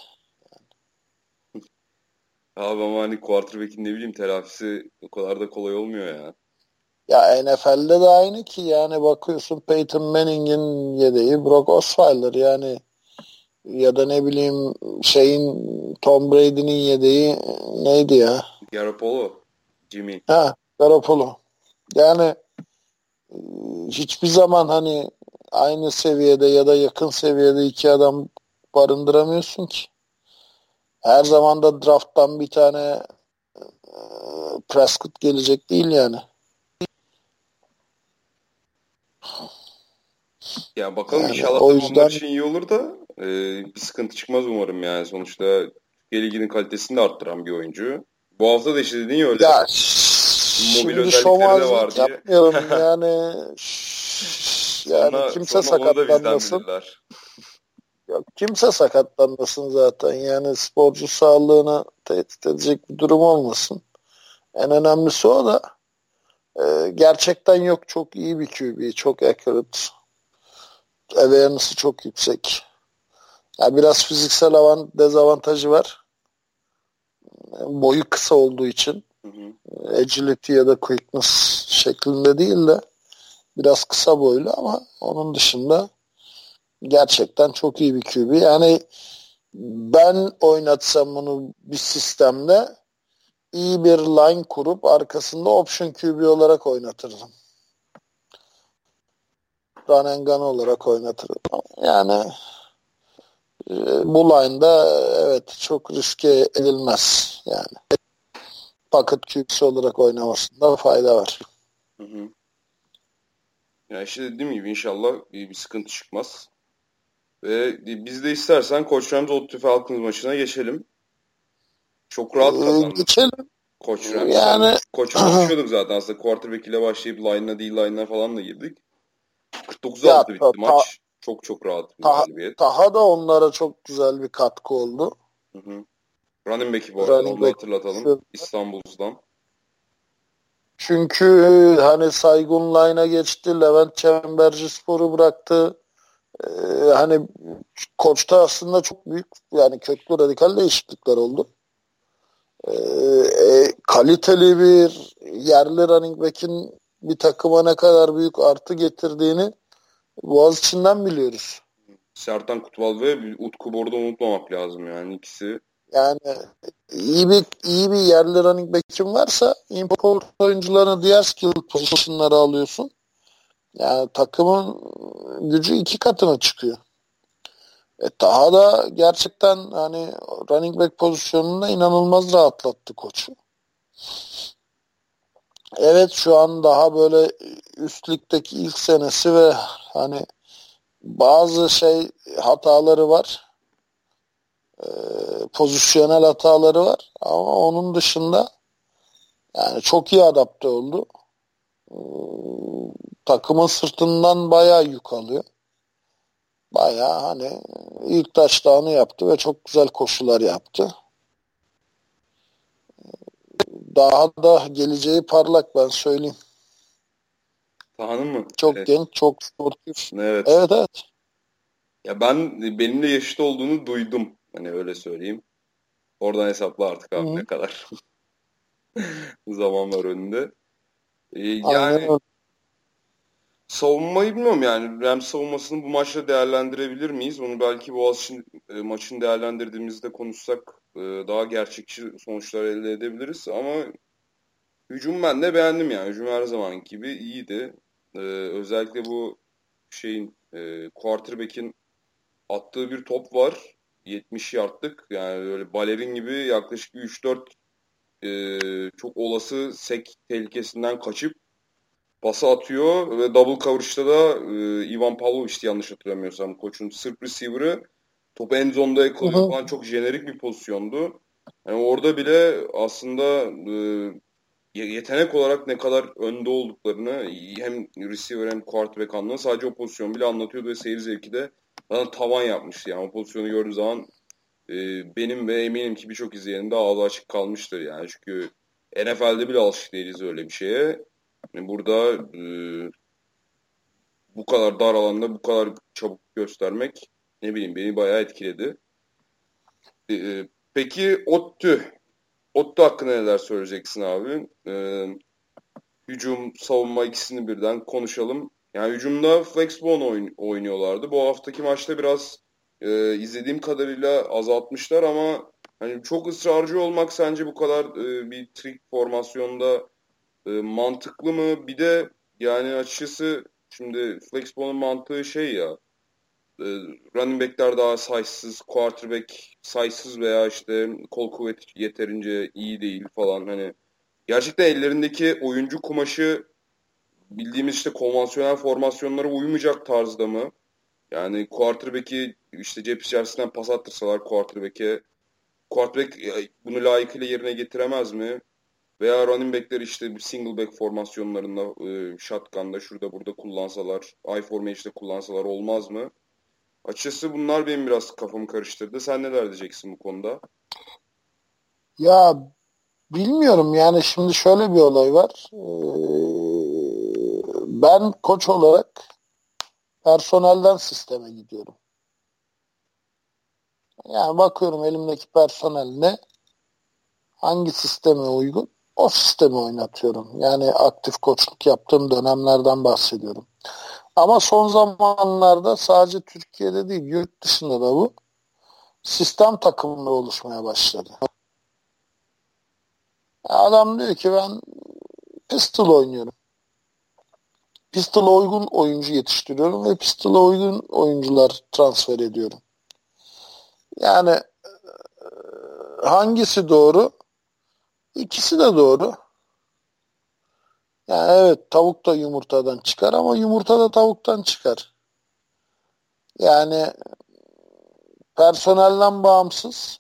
Abi ama hani quarterback'in ne bileyim telafisi o kadar da kolay olmuyor ya. Ya N F L'de de aynı ki yani bakıyorsun Peyton Manning'in yedeği Brock Osweiler yani ya da ne bileyim şeyin Tom Brady'nin yedeği neydi ya? Garoppolo, Jimmy. Ha, Garoppolo. Yani e, hiçbir zaman hani aynı seviyede ya da yakın seviyede iki adam barındıramıyorsun ki. Her zaman da drafttan bir tane e, Prescott gelecek değil yani. Ya bakalım Yani inşallah o tabii onlar yüzden için iyi olur da e, bir sıkıntı çıkmaz umarım yani. Sonuçta Türkiye Ligi'nin kalitesini de arttıran bir oyuncu. Bu hafta da işte dedin ya öyle ya mobil şimdi özellikleri de var şomazlık diye. yapmayalım yani ş- yani Sonra kimse sonra onu da bizden sakatlanmasın. bilirler. Yok, kimse sakatlanmasın zaten yani sporcu sağlığını tehdit edecek bir durum olmasın. En önemlisi o da e, gerçekten yok çok iyi bir Q B, çok accurate, awareness'ı çok yüksek. Ya biraz fiziksel avant dezavantajı var. Boyu kısa olduğu için Hı hı. agility ya da quickness şeklinde değil de biraz kısa boylu ama onun dışında gerçekten çok iyi bir Q B. Yani ben oynatsam bunu bir sistemde iyi bir line kurup arkasında option Q B olarak oynatırdım. Run and gun olarak oynatırdım. Yani e, bu line'da evet çok riske edilmez. Yani pocket Q B'si olarak oynamasında fayda var. Hı hı. Ya işte dediğim gibi inşallah bir, bir sıkıntı çıkmaz. Ve biz de istersen Koç Rams Ottu Falcons maçına geçelim. Çok rahat Ee, kazandı geçelim. Koç Rams. Hani Yani koça konuşuyorduk zaten aslında quarterback ile başlayıp line'la değil line'la falan da girdik. ya kırk dokuz altı ta, bitti ta, maç. Çok çok rahat bir ta, galibiyet. Taha da onlara çok güzel bir katkı oldu. Hı hı. Running back'i bu arada Running onu da back hatırlatalım. pozisyonu. İstanbul'dan. Çünkü hani Saygun Line'a geçti. Levent Çembercispor'u bıraktı. Ee, hani koçta aslında çok büyük yani köklü radikal değişiklikler oldu. Ee, e, kaliteli bir yerli running back'in bir takıma ne kadar büyük artı getirdiğini Boğaziçi'nden biliyoruz. Sertan Kutbal ve Utku Bor'u unutmamak lazım yani ikisi. Yani iyi bir iyi bir yerli running back'in varsa import oyuncularını diğer skill pozisyonlara alıyorsun. Yani takımın gücü iki katına çıkıyor. E, daha da gerçekten hani running back pozisyonunda inanılmaz rahatlattı koçu. Evet şu an daha böyle üst ligdeki ilk senesi ve hani bazı şey hataları var. E, pozisyonel hataları var. Ama onun dışında yani çok iyi adapte oldu. E, takımın sırtından bayağı yük alıyor. Bayağı hani ilk taşlarını yaptı ve çok güzel koşular yaptı. Daha da geleceği parlak ben söyleyeyim. Taha'nın mı? Çok Evet. genç, çok sportif. Evet. Evet evet. Ya ben benimle yaşıt olduğunu duydum. Hani öyle söyleyeyim. Oradan hesapla artık Hı abi ne hı. kadar zaman var önünde. Ee, Aynen yani öyle. savunmayı bilmiyorum yani. Rams savunmasını bu maçla değerlendirebilir miyiz? Onu belki Boğaziçi e, maçını değerlendirdiğimizde konuşsak e, daha gerçekçi sonuçlar elde edebiliriz. Ama hücum ben de beğendim yani. Hücum her zaman gibi iyiydi. Ee, özellikle bu şeyin e, quarterback'in attığı bir top var. yetmiş yardlık. Yani böyle balerin gibi yaklaşık üç dört e, çok olası sek tehlikesinden kaçıp pası atıyor ve double coverage'da da e, Ivan Pavlovic'ti yanlış hatırlamıyorsam koçun sırf receiver'ı topu end zone'da Hı yakalıyor hı. falan çok jenerik bir pozisyondu. Yani orada bile aslında e, yetenek olarak ne kadar önde olduklarını hem receiver hem quarterback anlamında sadece o pozisyon bile anlatıyordu ve seyir zevki de bana tavan yapmıştı. Yani o pozisyonu gördüğü zaman e, benim ve eminim ki birçok izleyenin de ağzı açık kalmıştır yani. Çünkü N F L'de bile alışık değiliz öyle bir şeye. Yani burada e, bu kadar dar alanda bu kadar çabuk göstermek ne bileyim beni bayağı etkiledi. Ee, peki Ottu. Ottu hakkında neler söyleyeceksin abi? Ee, hücum, savunma ikisini birden konuşalım. Yani hücumda flexbone oyn- oynuyorlardı. Bu haftaki maçta biraz e, izlediğim kadarıyla azaltmışlar ama hani çok ısrarcı olmak sence bu kadar e, bir trick formasyonda e, mantıklı mı? Bir de yani açıkçası şimdi flexbone'un mantığı şey ya e, running back'ler daha size'sız, quarterback size'sız veya işte kol kuvveti yeterince iyi değil falan hani gerçekten ellerindeki oyuncu kumaşı bildiğimiz işte konvansiyonel formasyonlara uymayacak tarzda mı? Yani quarterback'i işte cep içerisinden pas attırsalar quarterback'e quarterback e, bunu layıkıyla yerine getiremez mi? Veya running back'leri işte bir single back formasyonlarında e, shotgun'da şurada burada kullansalar, I formation'da kullansalar olmaz mı? Açıkçası bunlar benim biraz kafamı karıştırdı. Sen neler diyeceksin bu konuda? Ya bilmiyorum yani şimdi şöyle bir olay var. Ee, ben koç olarak personelden sisteme gidiyorum. Yani bakıyorum elimdeki personel ne? Hangi sisteme uygun? O sistemi oynatıyorum. Yani aktif koçluk yaptığım dönemlerden bahsediyorum. Ama son zamanlarda sadece Türkiye'de değil, yurt dışında da bu sistem takımları oluşmaya başladı. Adam diyor ki ben pistol oynuyorum. Pistol'a uygun oyuncu yetiştiriyorum ve Pistol'a uygun oyuncular transfer ediyorum. Yani hangisi doğru? İkisi de doğru. Yani evet tavuk da yumurtadan çıkar ama yumurta da tavuktan çıkar. Yani personelden bağımsız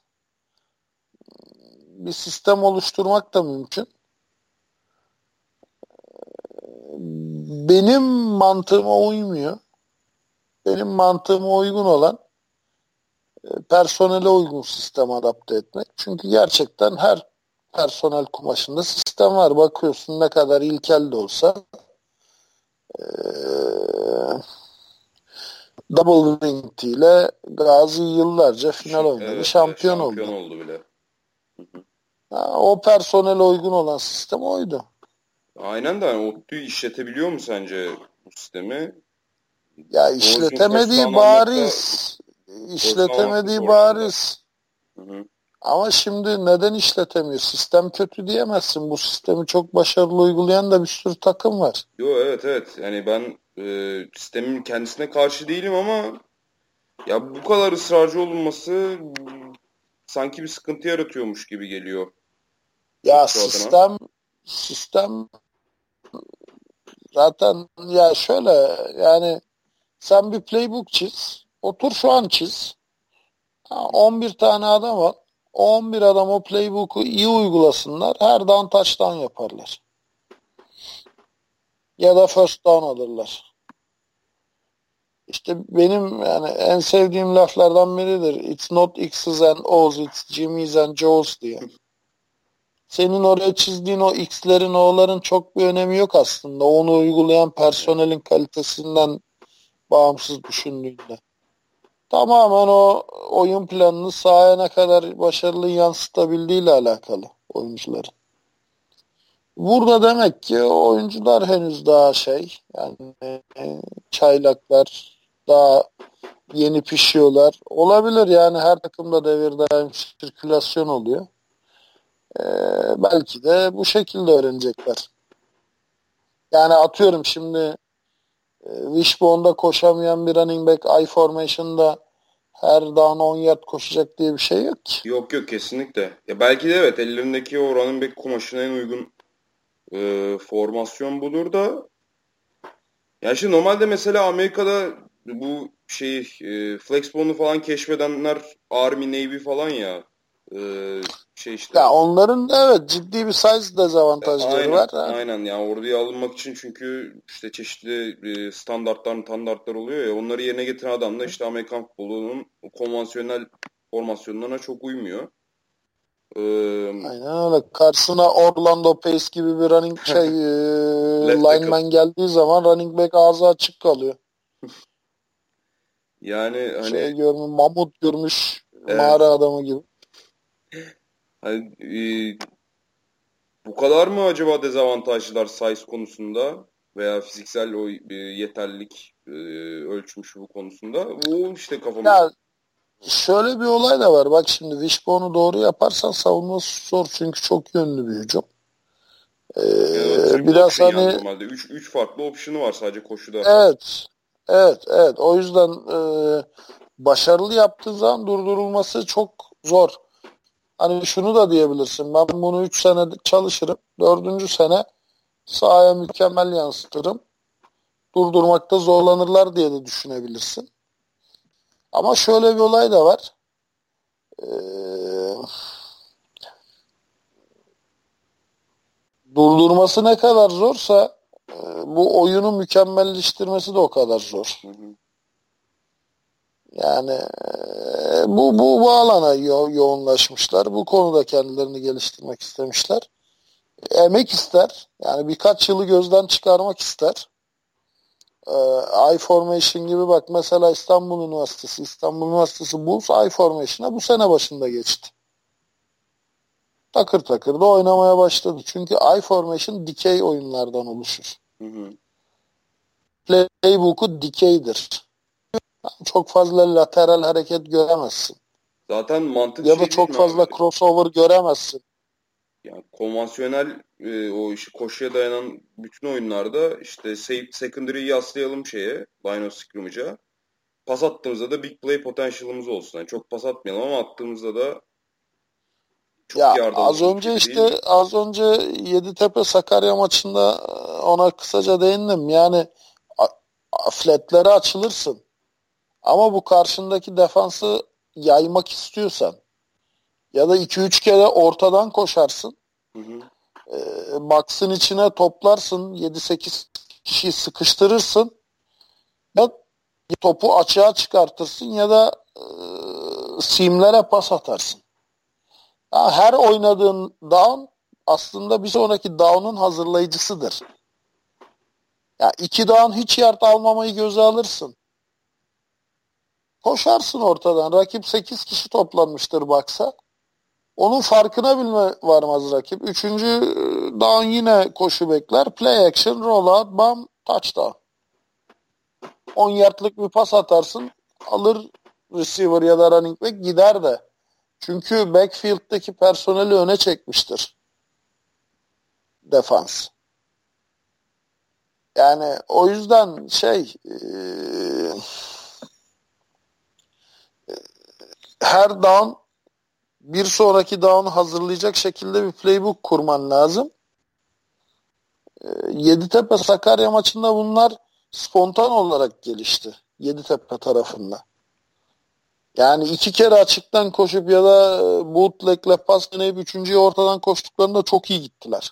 bir sistem oluşturmak da mümkün. Benim mantığıma uymuyor. Benim mantığıma uygun olan personele uygun sistem adapte etmek. Çünkü gerçekten her personel kumaşında sistem var. Bakıyorsun ne kadar ilkel de olsa ee, Double Winged ile Gazi yıllarca final Ş- oynadı. Evet, evet Şampiyon şampiyon oldu. oldu bile. Ha, o personele uygun olan sistem oydu. Aynen de hani Ottu'yu işletebiliyor mu sence bu sistemi? Ya Doğru düzgün first down işletemediği almakta bariz. first down almakta İşletemediği zorlanıyorlar. bariz. Hı hı. Ama şimdi neden işletemiyor? Sistem kötü diyemezsin. Bu sistemi çok başarılı uygulayan da bir sürü takım var. Yo evet evet. Yani ben e, sistemin kendisine karşı değilim ama ya bu kadar ısrarcı olunması mm, sanki bir sıkıntı yaratıyormuş gibi geliyor Ya Ottu adına. sistem sistem zaten ya şöyle yani sen bir playbook çiz. Otur şu an çiz. Ha, on bir tane adam var. O on bir adam o playbook'u iyi uygulasınlar. Her down touchdown yaparlar. Ya da first down alırlar. İşte benim yani en sevdiğim laflardan biridir. It's not X's and O's, it's Jimmy's and Joe's diye. Senin oraya çizdiğin o X'lerin, O'ların çok bir önemi yok aslında. Onu uygulayan personelin kalitesinden bağımsız düşündüğünde. Tamamen o oyun planını sahaya ne kadar başarılı yansıtabildiğiyle alakalı oyuncuların. Burada demek ki oyuncular henüz daha şey yani e, çaylaklar daha yeni pişiyorlar. Olabilir yani her takımda devir daim sirkülasyon oluyor. Ee, belki de bu şekilde öğrenecekler. Yani atıyorum şimdi e, Wishbone'da koşamayan bir running back I formation'da her down on yard koşacak diye bir şey yok ki. Yok yok kesinlikle. Ya belki de evet ellerindeki o running back kumaşına en uygun e, formasyon budur da ya şimdi normalde mesela Amerika'da bu şey e, Flexbone'u falan keşfedenler Army, Navy falan ya e, şey işte Ya onların da evet ciddi bir size e, dezavantajları aynen var. Ha. aynen yani orduya alınmak için çünkü işte çeşitli e, standartlar standartlar oluyor ya onları yerine getiren adam da işte Amerikan futbolunun konvansiyonel formasyonlarına çok uymuyor. E, Aynen öyle. Karşısına Orlando Pace gibi bir running şey e, left tackle lineman geldiği zaman running back ağzı açık kalıyor. Yani hani Şey görmüş, mamut görmüş evet, mağara adamı gibi. hani, e, bu kadar mı acaba dezavantajlılar size konusunda veya fiziksel o e, yeterlilik e, ölçmüşü bu konusunda? Bu işte kafamız. Ya şöyle bir olay da var. Bak şimdi Wishbone'u doğru yaparsan savunması zor. Çünkü çok yönlü bir hücum. Yani o Ee, triple biraz option yani hani normalde. üç üç farklı option'u var sadece koşuda. evet evet evet. O yüzden e, başarılı yaptığı zaman durdurulması çok zor. Hani şunu da diyebilirsin. Ben bunu üç sene çalışırım. Dördüncü sene sahaya mükemmel yansıtırım. Durdurmakta zorlanırlar diye de düşünebilirsin. Ama şöyle bir olay da var. Ee, Durdurması ne kadar zorsa e, bu oyunu mükemmelleştirmesi de o kadar zor. Hı hı. Yani e, bu bu bu alana yo- yoğunlaşmışlar. Bu konuda kendilerini geliştirmek istemişler. Emek ister. Yani birkaç yılı gözden çıkarmak ister. Ee, I-Formation gibi bak mesela İstanbul Üniversitesi, İstanbul Üniversitesi Bulls I-Formation'a bu sene başında geçti. Takır takır da oynamaya başladı. Çünkü I-Formation dikey oyunlardan oluşur. Hı hı. Playbook'u dikeydir. Çok fazla lateral hareket göremezsin. Zaten mantık Ya da şey değil çok mi fazla abi? crossover göremezsin. Yani konvansiyonel e, o işi koşuya dayanan bütün oyunlarda işte se- secondary'yi yaslayalım şeye, line of scrimmage'a. Pas attığımızda da big play potansiyelimiz olsun. Yani çok pas atmayalım ama attığımızda da çok Ya yard az alalım önce gibi değil mi? işte az önce Yeditepe Sakarya maçında e, ona kısaca değindim. Yani a- a- flatleri açılırsın. Ama bu karşındaki defansı yaymak istiyorsan ya da iki üç kere ortadan koşarsın. Hı hı. E, Box'ın içine toplarsın. yedi sekiz kişiyi sıkıştırırsın. Ya topu açığa çıkartırsın ya da e, simlere pas atarsın. Ha, her oynadığın down aslında bir sonraki down'un hazırlayıcısıdır. Ya iki down hiç yard almamayı göze alırsın. Koşarsın ortadan. Rakip sekiz kişi toplanmıştır baksa. Onun farkına bilme varmaz rakip. Üçüncü e, down yine koşu bekler. Play action, roll out, bam, touchdown. on yardlık bir pas atarsın. Alır receiver ya da running back gider de. Çünkü backfield'deki personeli öne çekmiştir defans. Yani o yüzden şey e, her down bir sonraki down'u hazırlayacak şekilde bir playbook kurman lazım. E, Yeditepe Sakarya maçında bunlar spontan olarak gelişti. Yeditepe tarafında. Yani iki kere açıktan koşup ya da e, bootleg'le pas deneyip üçüncüyü ortadan koştuklarında çok iyi gittiler.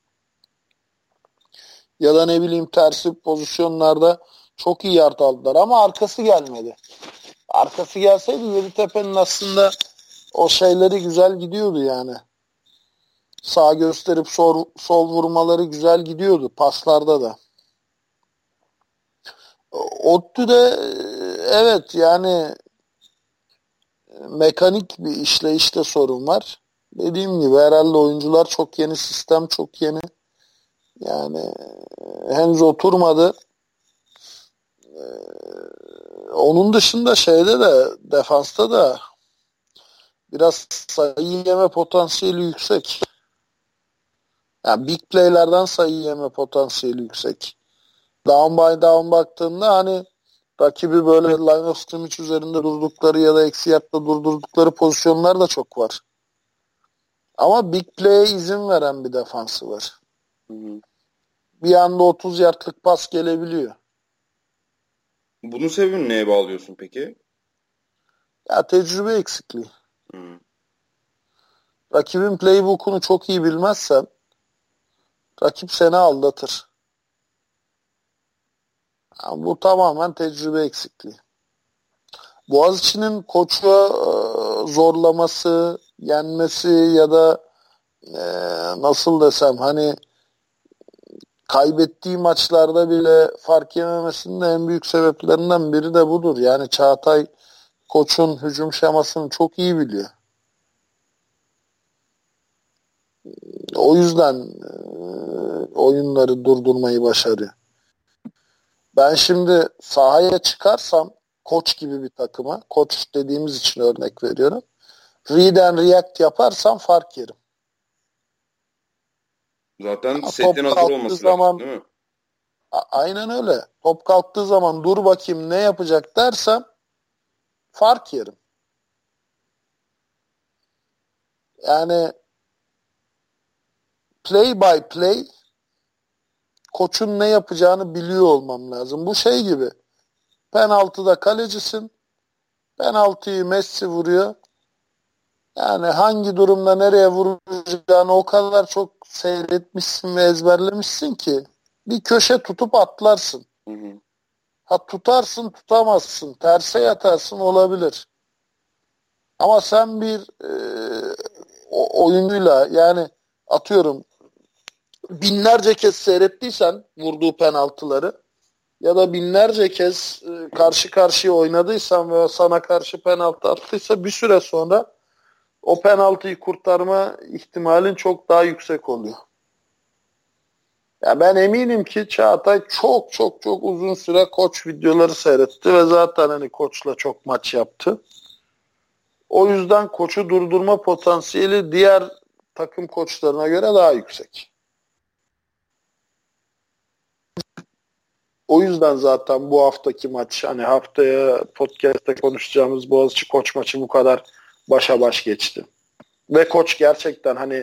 Ya da ne bileyim tersi pozisyonlarda çok iyi yard aldılar ama arkası gelmedi. Arkası gelseydi Yeditepe'nin aslında o şeyleri güzel gidiyordu yani. Sağ gösterip sol, sol vurmaları güzel gidiyordu paslarda da. ODTÜ'de evet yani mekanik bir işleyişte sorun var. Dediğim gibi herhalde oyuncular çok yeni, sistem çok yeni. Yani henüz oturmadı. Onun dışında şeyde de defansta da biraz sayı yeme potansiyeli yüksek. Yani big play'lerden sayı yeme potansiyeli yüksek. Down by down baktığında hani rakibi böyle line of scrimmage üzerinde durdukları ya da eksi yardta durdurdukları pozisyonlar da çok var. Ama big play'e izin veren bir defansı var. Hı hı. Bir anda otuz yardlık pas gelebiliyor. Bunun sebebini neye bağlıyorsun peki? Ya tecrübe eksikliği. Hı. Rakibin playbook'unu çok iyi bilmezsen rakip seni aldatır. Ya bu tamamen tecrübe eksikliği. Boğaziçi'nin koçu e, zorlaması, yenmesi ya da e, nasıl desem hani kaybettiği maçlarda bile fark yememesinin de en büyük sebeplerinden biri de budur. Yani Çağatay Koç'un hücum şemasını çok iyi biliyor. O yüzden e, oyunları durdurmayı başarıyor. Ben şimdi sahaya çıkarsam Koç gibi bir takıma, Koç dediğimiz için örnek veriyorum. Read and react yaparsam fark yerim. Zaten Ama setin top hazır kalktığı olması zaman lazım değil mi? a- aynen öyle. Top kalktığı zaman dur bakayım ne yapacak dersem fark yerim. Yani play by play Koç'un ne yapacağını biliyor olmam lazım. Bu şey gibi. Penaltıda kalecisin. Penaltıyı Messi vuruyor. Yani hangi durumda nereye vuracağını o kadar çok seyretmişsin ve ezberlemişsin ki bir köşe tutup atlarsın. Hı hı. Ha tutarsın tutamazsın. Terse yatarsın olabilir. Ama sen bir e, o- oyuncuyla yani atıyorum binlerce kez seyrettiysen vurduğu penaltıları ya da binlerce kez e, karşı karşıya oynadıysan ve sana karşı penaltı attıysa bir süre sonra o penaltıyı kurtarma ihtimalin çok daha yüksek oluyor. Ya ben eminim ki Çağatay çok çok çok uzun süre Koç videoları seyretti ve zaten hani Koç'la çok maç yaptı. O yüzden Koç'u durdurma potansiyeli diğer takım koçlarına göre daha yüksek. O yüzden zaten bu haftaki maç hani haftaya podcast'te konuşacağımız Boğaziçi Koç maçı bu kadar başa baş geçti. Ve Koç gerçekten hani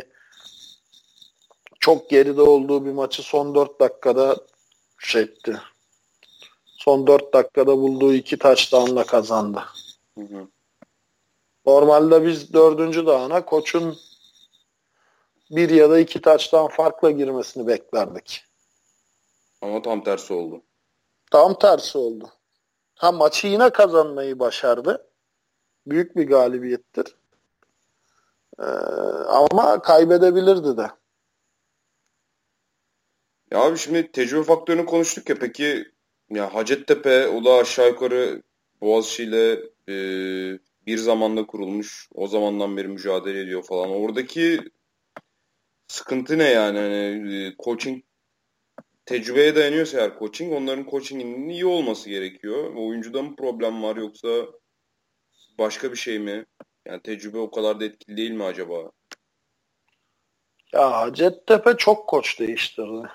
çok geride olduğu bir maçı son dört dakikada şey etti. Son dört dakikada bulduğu iki touchdown'la kazandı. Hı hı. Normalde biz dördüncü dağına Koç'un bir ya da iki touchdown farkla girmesini beklerdik. Ama tam tersi oldu. Tam tersi oldu. Ha maçı yine kazanmayı başardı. Büyük bir galibiyettir. Ee, ama kaybedebilirdi de. Ya abi şimdi tecrübe faktörünü konuştuk ya, peki ya Hacettepe o da aşağı yukarı Boğaziçi ile e, bir zamanda kurulmuş. O zamandan beri mücadele ediyor falan. Oradaki sıkıntı ne yani? Hani e, coaching tecrübeye dayanıyorsa eğer coaching, onların coachinginin iyi olması gerekiyor. Oyuncuda mı problem var yoksa başka bir şey mi? Yani tecrübe o kadar da etkili değil mi acaba? Ya Hacettepe çok koç değiştirdi.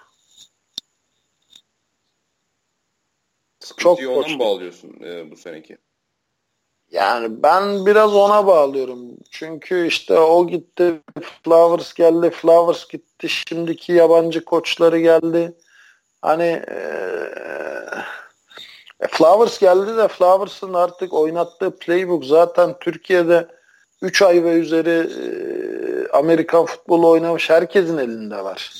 Sıkıntıyı Çok ona mı koç. bağlıyorsun e, bu seneki? Yani ben biraz ona bağlıyorum. Çünkü işte o gitti, Flowers geldi, Flowers gitti. Şimdiki yabancı koçları geldi. Hani eee, e, Flowers geldi de Flowers'ın artık oynattığı playbook zaten Türkiye'de üç ay ve üzeri eee, Amerikan futbolu oynamış herkesin elinde var.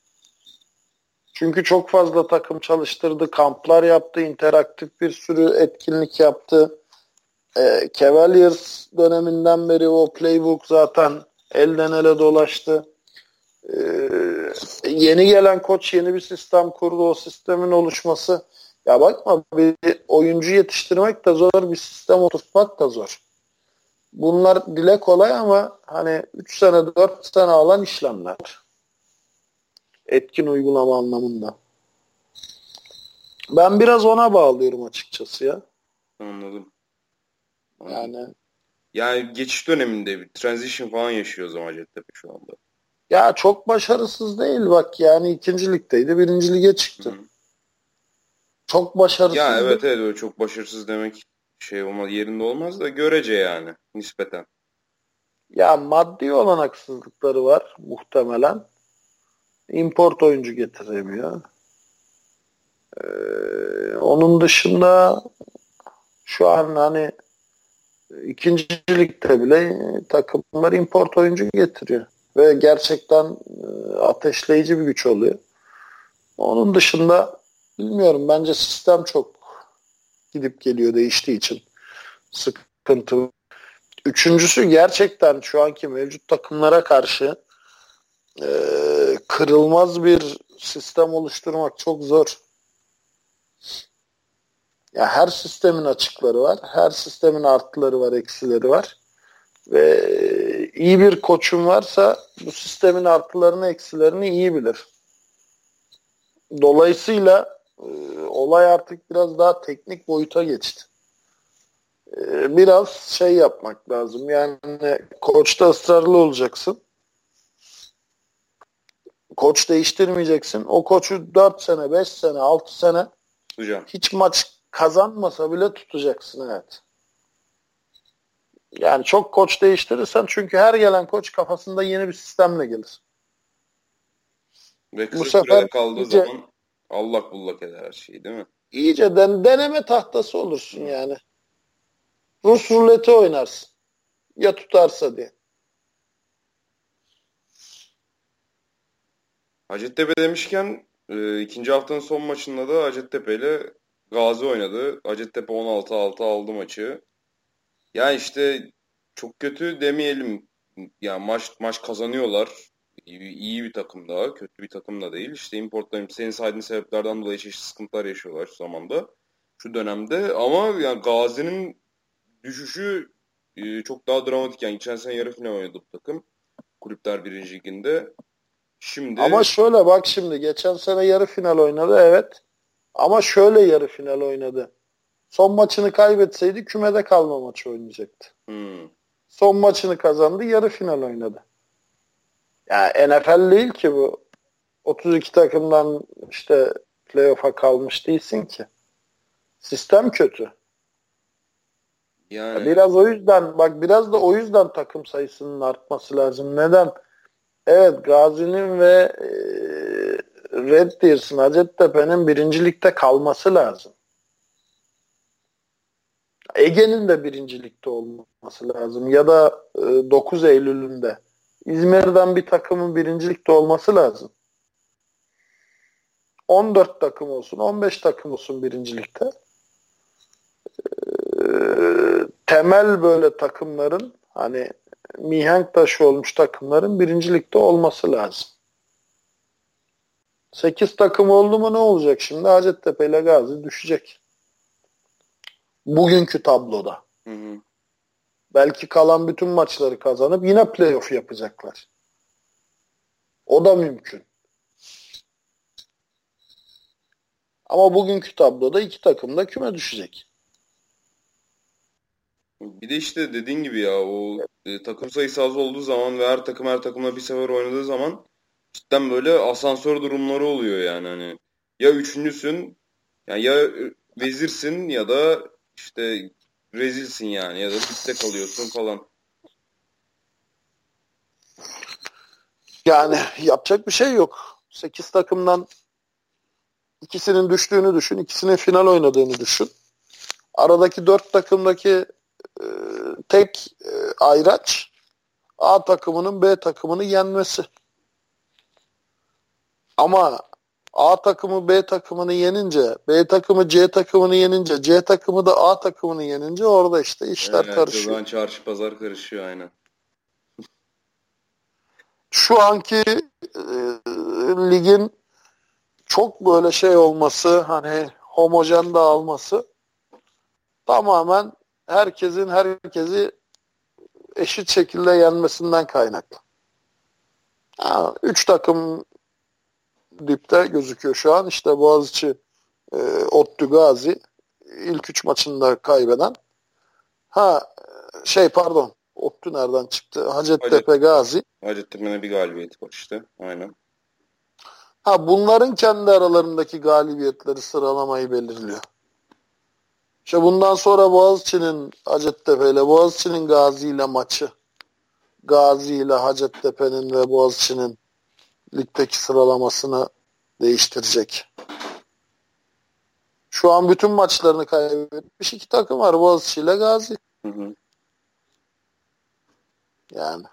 Çünkü çok fazla takım çalıştırdı, kamplar yaptı, interaktif bir sürü etkinlik yaptı. E, Cavaliers döneminden beri o playbook zaten elden ele dolaştı. E, yeni gelen koç yeni bir sistem kurdu. O sistemin oluşması. Ya bakma bir oyuncu yetiştirmek de zor, bir sistem oturtmak da zor. Bunlar dile kolay ama hani üç sene dört sene alan işlemler. Etkin uygulama anlamında. Ben biraz ona bağlıyorum açıkçası ya. Anladım. Anladım. Yani Yani geçiş döneminde bir transition falan yaşıyor o zaman Hacettepe şu anda. ya çok başarısız değil bak yani ikinci ligdeydi birinci lige Hı çıktı. hı. Çok Ya başarısız evet değil. evet, öyle çok başarısız demek şey olmaz, yerinde olmaz da görece yani nispeten. Ya maddi olanaksızlıkları var muhtemelen. Import oyuncu getiremiyor. Ee, onun dışında şu an hani ikinci ligde bile takımlar import oyuncu getiriyor. Ve gerçekten e, ateşleyici bir güç oluyor. Onun dışında bilmiyorum bence sistem çok gidip geliyor değiştiği için sıkıntı. Üçüncüsü gerçekten şu anki mevcut takımlara karşı e, kırılmaz bir sistem oluşturmak çok zor. Ya her sistemin açıkları var. Her sistemin artıları var, eksileri var. Ve iyi bir koçun varsa bu sistemin artılarını, eksilerini iyi bilir. Dolayısıyla e, olay artık biraz daha teknik boyuta geçti. E, biraz şey yapmak lazım. Yani koçta ısrarlı olacaksın. Koç değiştirmeyeceksin. O koçu dört sene, beş sene, altı sene Hocam. hiç maç kazanmasa bile tutacaksın, evet. Yani çok koç değiştirirsen, çünkü her gelen koç kafasında yeni bir sistemle gelir. Ve Bu kısa sefer sürede kaldığı iyice, zaman allak bullak eder her şeyi, değil mi? iyice den, deneme tahtası olursun Hı. yani. Rus ruleti oynarsın. Ya tutarsa diye. Hacettepe demişken e, ikinci haftanın son maçında da Hacettepe ile Gazi oynadı. Hacettepe on altı altı aldı maçı. Yani işte çok kötü demeyelim. Yani maç maç kazanıyorlar. İyi, iyi bir takım da, kötü bir takım da değil. İşte importların senin saydığın sebeplerden dolayı çeşitli sıkıntılar yaşıyorlar şu zamanda. Şu dönemde ama yani Gazi'nin düşüşü e, çok daha dramatik. Yani geçen sene yarı final oynadı bu takım. Kulüpler birinci Ligi'nde. Ama Şimdi şöyle bak, şimdi geçen sene yarı final oynadı, evet. Ama şöyle yarı final oynadı. Son maçını kaybetseydi kümede kalma maçı oynayacaktı. hmm, Son maçını kazandı, yarı final oynadı. Yani N F L değil ki bu. otuz iki takımdan işte playoff'a kalmış değilsin ki. Sistem kötü. yani Biraz o yüzden, bak biraz da o yüzden takım sayısının artması lazım. Neden? Evet, Gazi'nin ve e, Red Deers'ın, Hacettepe'nin birincilikte kalması lazım. Ege'nin de birincilikte olması lazım. Ya da e, dokuz Eylül'ünde. İzmir'den bir takımın birincilikte olması lazım. on dört takım olsun, on beş takım olsun birincilikte. E, temel böyle takımların, hani mihenk taşı olmuş takımların birincilikte olması lazım. sekiz takım oldu mu ne olacak şimdi? Hacettepe ile Gazi düşecek. Bugünkü tabloda. hı hı. Belki kalan bütün maçları kazanıp yine playoff yapacaklar. O da mümkün. Ama bugünkü tabloda iki takım da küme düşecek. Bir de işte dediğin gibi ya o e, takım sayısı az olduğu zaman ve her takım her takımla bir sefer oynadığı zaman cidden böyle asansör durumları oluyor yani hani ya üçüncüsün yani ya e, vezirsin ya da işte rezilsin yani ya da dipte kalıyorsun falan. Yani yapacak bir şey yok. sekiz takımdan ikisinin düştüğünü düşün, ikisinin final oynadığını düşün. Aradaki dört takımdaki e, tek e, ayraç A takımının B takımını yenmesi. Ama A takımı B takımını yenince, B takımı C takımını yenince, C takımı da A takımını yenince orada işte işler Evet, o karışıyor. zaman çarşı pazar karışıyor aynen. Şu anki e, ligin çok böyle şey olması, hani homojen dağılması tamamen herkesin herkesi eşit şekilde yenmesinden kaynaklı. Ha, üç takım dipte gözüküyor şu an. İşte Boğaziçi, e, ODTÜ, Gazi ilk üç maçında kaybeden. Ha şey pardon, ODTÜ nereden çıktı? Hacet, Hacettepe, Gazi. Hacettepe'nin bir galibiyeti var işte aynen. Ha bunların kendi aralarındaki galibiyetleri sıralamayı belirliyor. İşte bundan sonra Boğaziçi'nin Hacettepe ile, Boğaziçi'nin Gazi ile maçı, Gazi ile Hacettepe'nin ve Boğaziçi'nin ligdeki sıralamasını değiştirecek. Şu an bütün maçlarını kaybetmiş iki takım var. Boğaziçi ile Gazi. Hı hı. Yani.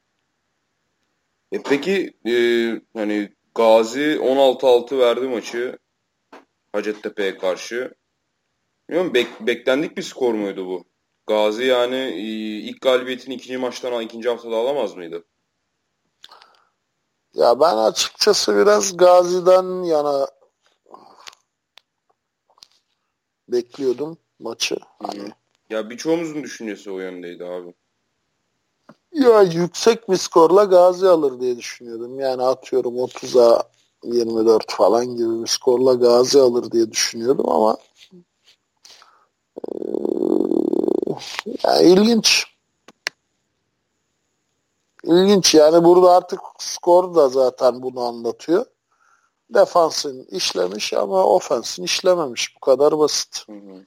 E peki e, hani Gazi on altı altı verdi maçı Hacettepe'ye karşı. Bilmiyorum bek- beklendik bir skor muydu bu? Gazi yani e, ilk galibiyetini ikinci maçtan ikinci haftada alamaz mıydı? Ya ben açıkçası biraz Gazi'den yana bekliyordum maçı. Hı Hani hı. Ya birçoğumuzun düşüncesi o yöndeydi abi. ya yüksek bir skorla Gazi alır diye düşünüyordum. Yani atıyorum otuza yirmi dört falan gibi bir skorla Gazi alır diye düşünüyordum ama ya ilginç. İlginç yani burada artık skor da zaten bunu anlatıyor. Defansın işlemiş ama ofensın işlememiş. Bu kadar basit. Hı hı.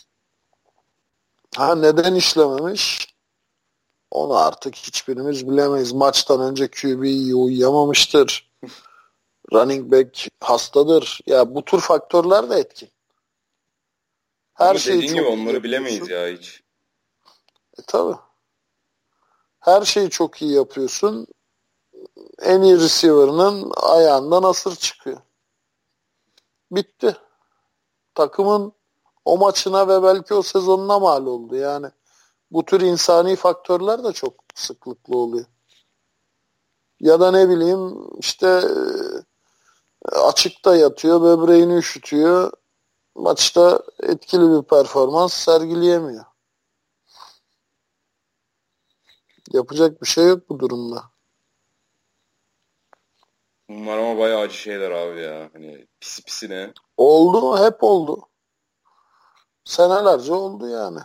Ha neden işlememiş? Onu artık hiçbirimiz bilemeyiz. Maçtan önce Q B iyi uyuyamamıştır. Running back hastadır. Ya bu tür faktörler de etkin. Her Ama şeyi dediğin gibi çok iyi onları bilemeyiz yapıyorsun. ya hiç. E tabii. Her şeyi çok iyi yapıyorsun. En iyi receiver'ının ayağından asır çıkıyor. Bitti. Takımın o maçına ve belki o sezonuna mal oldu. Yani bu tür insani faktörler de çok sıklıkla oluyor. Ya da ne bileyim işte e, açıkta yatıyor, böbreğini üşütüyor. Maçta etkili bir performans sergileyemiyor. Yapacak bir şey yok bu durumda. Bunlar ama bayağı acı şeyler abi ya. Hani pisi pisine. Oldu mu? Hep oldu. Senelerce oldu yani.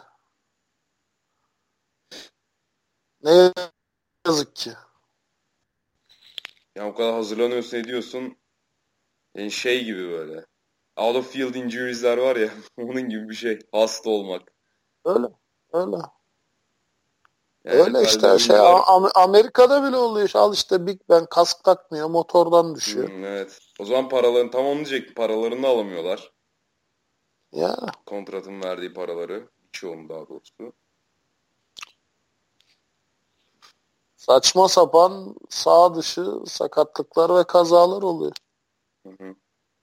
Ne yazık ki. Ya o kadar hazırlanıyorsun ediyorsun. Yani şey gibi böyle. Out of field injuries'ler var ya. Onun gibi bir şey. Hasta olmak. Öyle. Öyle. Yani Öyle N F L'de işte şey oyuncular. Am- Amerika'da bile oluyor. Al işte Big Ben kask takmıyor, motordan düşüyor. Hmm, evet. O zaman paralarını tam onu diyecektim. Paralarını da alamıyorlar. Ya Kontratın verdiği paraları. Çoğunu daha doğrusu. saçma sapan sağ dışı sakatlıklar ve kazalar oluyor. Hı hı.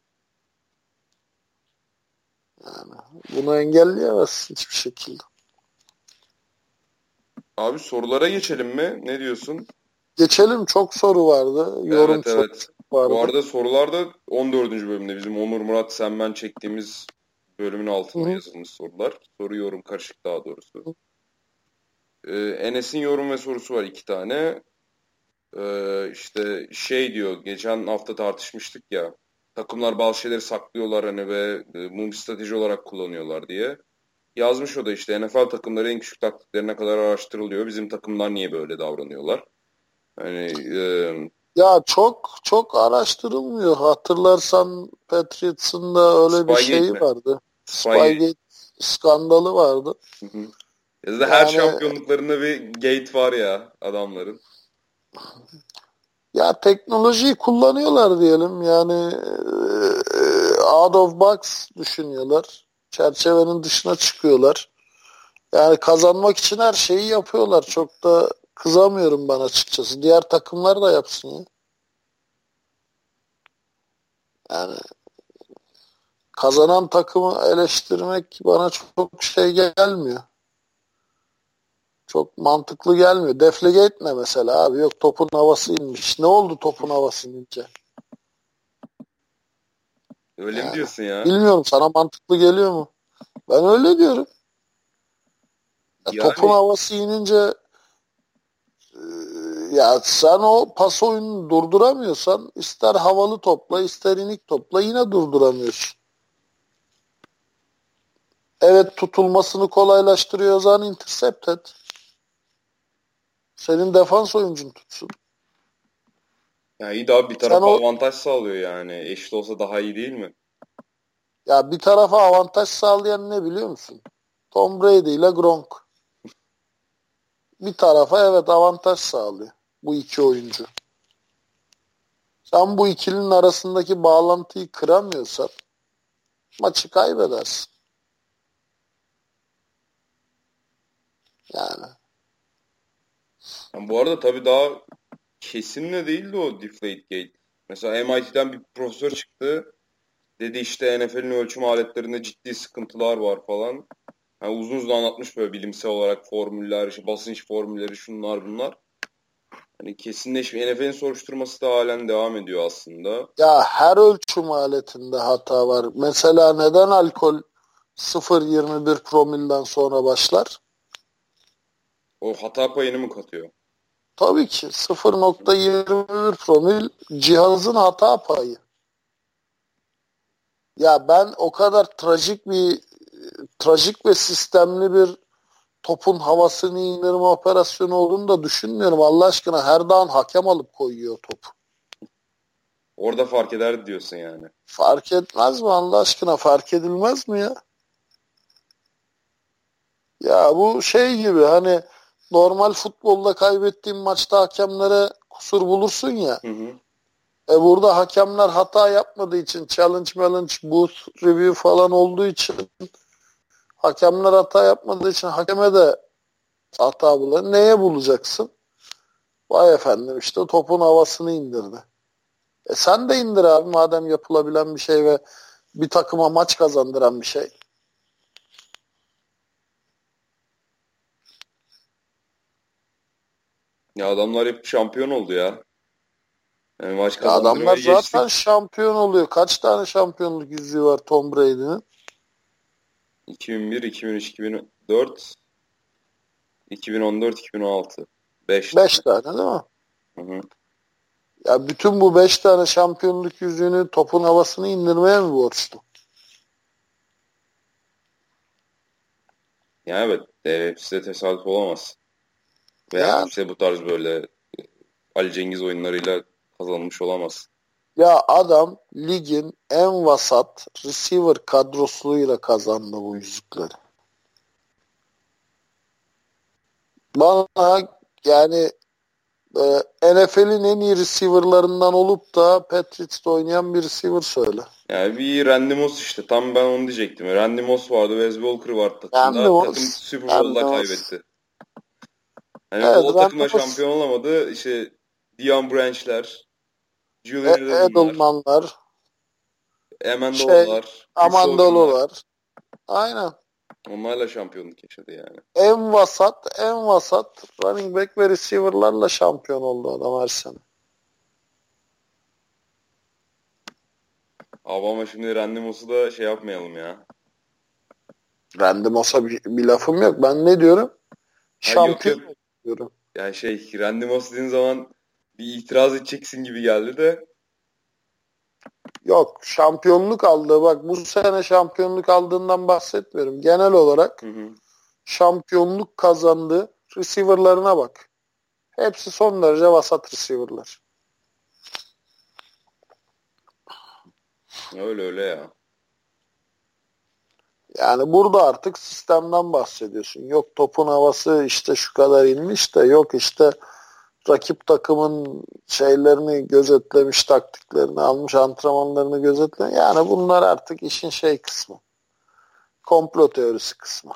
Bunu engelleyemezsin hiçbir şekilde. Abi sorulara geçelim mi? Ne diyorsun? Geçelim çok soru vardı. Yorum Evet çok evet. Bu vardı. arada sorular da on dördüncü bölümde bizim Onur Murat Sen Ben çektiğimiz bölümün Hı altına hı. yazılmış sorular. Soru yorum karışık daha doğrusu. Ee, Enes'in yorum ve sorusu var iki tane. Ee, işte şey diyor geçen hafta tartışmıştık ya. Takımlar bazı şeyleri saklıyorlar hani ve e, bunu bir strateji olarak kullanıyorlar diye. Yazmış o da işte N F L takımları en küçük taktiklerine kadar araştırılıyor. Bizim takımlar niye böyle davranıyorlar? Hani e, Ya çok çok araştırılmıyor. Hatırlarsan Patriots'ın da öyle bir Spygate şeyi mi? vardı. Spygate. Spygate skandalı vardı. Hı hı. Ya da her Yani şampiyonluklarında bir gate var ya adamların. ya teknolojiyi kullanıyorlar diyelim. Yani e, out of box düşünüyorlar. Çerçevenin dışına çıkıyorlar. Yani kazanmak için her şeyi yapıyorlar. Çok da kızamıyorum ben açıkçası. Diğer takımlar da yapsın ya. Yani kazanan takımı eleştirmek bana çok şey gelmiyor. Çok mantıklı gelmiyor. Deflegate ne mesela abi? Yok topun havası inmiş. Ne oldu topun havası inince? Öyle mi Yani diyorsun ya? bilmiyorum sana mantıklı geliyor mu? Ben öyle diyorum. Ya, topun Yani havası inince e, ya sen o pas oyununu durduramıyorsan ister havalı topla ister inik topla yine durduramıyorsun. Evet tutulmasını kolaylaştırıyor o zaman intercept et. Senin defans oyuncun tutsun. ya iyi daha bir Sen tarafa o avantaj sağlıyor yani. Eşit olsa daha iyi değil mi? ya bir tarafa avantaj sağlayan ne biliyor musun? Tom Brady ile Gronk. Bir tarafa evet avantaj sağlıyor. Bu iki oyuncu. Sen bu ikilinin arasındaki bağlantıyı kıramıyorsan maçı kaybedersin. Yani Yani bu arada tabii daha kesin de değildi o Deflategate. Mesela M I T'den bir profesör çıktı. Dedi işte N F L'in ölçüm aletlerinde ciddi sıkıntılar var falan. Yani uzun uzun anlatmış böyle bilimsel olarak formüller, işte basınç formülleri şunlar bunlar. Hani kesinleşme, N F L'in soruşturması da halen devam ediyor aslında. Ya her ölçüm aletinde hata var. Mesela neden alkol sıfır virgül yirmi bir promilden sonra başlar? O hata payını mı katıyor? Tabii ki sıfır virgül yirmi bir promil cihazın hata payı. Ya ben o kadar trajik bir trajik ve sistemli bir topun havasını indirme operasyonu olduğunu da düşünmüyorum. Allah aşkına her dağın hakem alıp koyuyor topu. Orada fark ederdi diyorsun yani. Fark etmez mi Allah aşkına? Fark edilmez mi ya? Ya bu şey gibi hani normal futbolda kaybettiğin maçta hakemlere kusur bulursun ya. Hı hı. E burada hakemler hata yapmadığı için challenge challenge booth review falan olduğu için hakemler hata yapmadığı için hakeme de hata bulur. Neye bulacaksın? Vay efendim işte topun havasını indirdi. E sen de indir abi madem yapılabilen bir şey ve bir takıma maç kazandıran bir şey. Ya adamlar hep şampiyon oldu ya. Yani maç Ya adamlar kazandırmayı zaten geçtik. şampiyon oluyor. Kaç tane şampiyonluk yüzüğü var Tom Brady'nin? iki bin bir, iki bin üç, iki bin dört, iki bin on dört, iki bin on altı. beş Beş tane. tane değil mi? Hı hı. Ya bütün bu beş tane şampiyonluk yüzüğünü topun havasını indirmeye mi borçlu? Yani evet, e, hepsi de tesadüf olamaz. Veya Yani hepsi de bu tarz böyle Ali Cengiz oyunlarıyla kazanmış olamaz. ya adam ligin en vasat receiver kadrosuyla kazandı bu yüzükleri. Bana yani e, N F L'in en iyi receiver'larından olup da Patriots'ta oynayan bir receiver söyle. Yani bir Randy Moss işte. Tam ben onu diyecektim. Randy Moss vardı. Wes Welker vardı Randy takımda. Takım Moss, Super Randy Bowl'da Moss. kaybetti. Hani Evet, o Randy takımda Moss, şampiyon olamadı. İşte Deion Branch'ler, e, Julian Edelman'lar, Edelmanlar, şey, Amendola'lar, Chris Hogan'lar. Amandolo'lar. Aynen. Onlarla şampiyonluk yaşadı yani. En vasat, en vasat running back ve receiver'larla şampiyon oldu adam her sene. Abi ama şimdi Randy Moss'u da şey yapmayalım ya. Randy Moss'a bir, bir lafım yok. Ben ne diyorum? Ha yok yok. Şampiyon diyorum. Yani şey Randy Moss dediğin zaman bir itiraz edeceksin gibi geldi de. Yok, şampiyonluk aldı. Bak bu sene şampiyonluk aldığından bahsetmiyorum. Genel olarak Hı hı. şampiyonluk kazandı. Receiver'larına bak. Hepsi son derece vasat receiver'lar. Öyle öyle ya. Yani burada artık sistemden bahsediyorsun. Yok topun havası işte şu kadar inmiş de yok işte rakip takımın şeylerini gözetlemiş, taktiklerini almış, antrenmanlarını gözetlemiş. Yani bunlar artık işin şey kısmı. Komplo teorisi kısmı.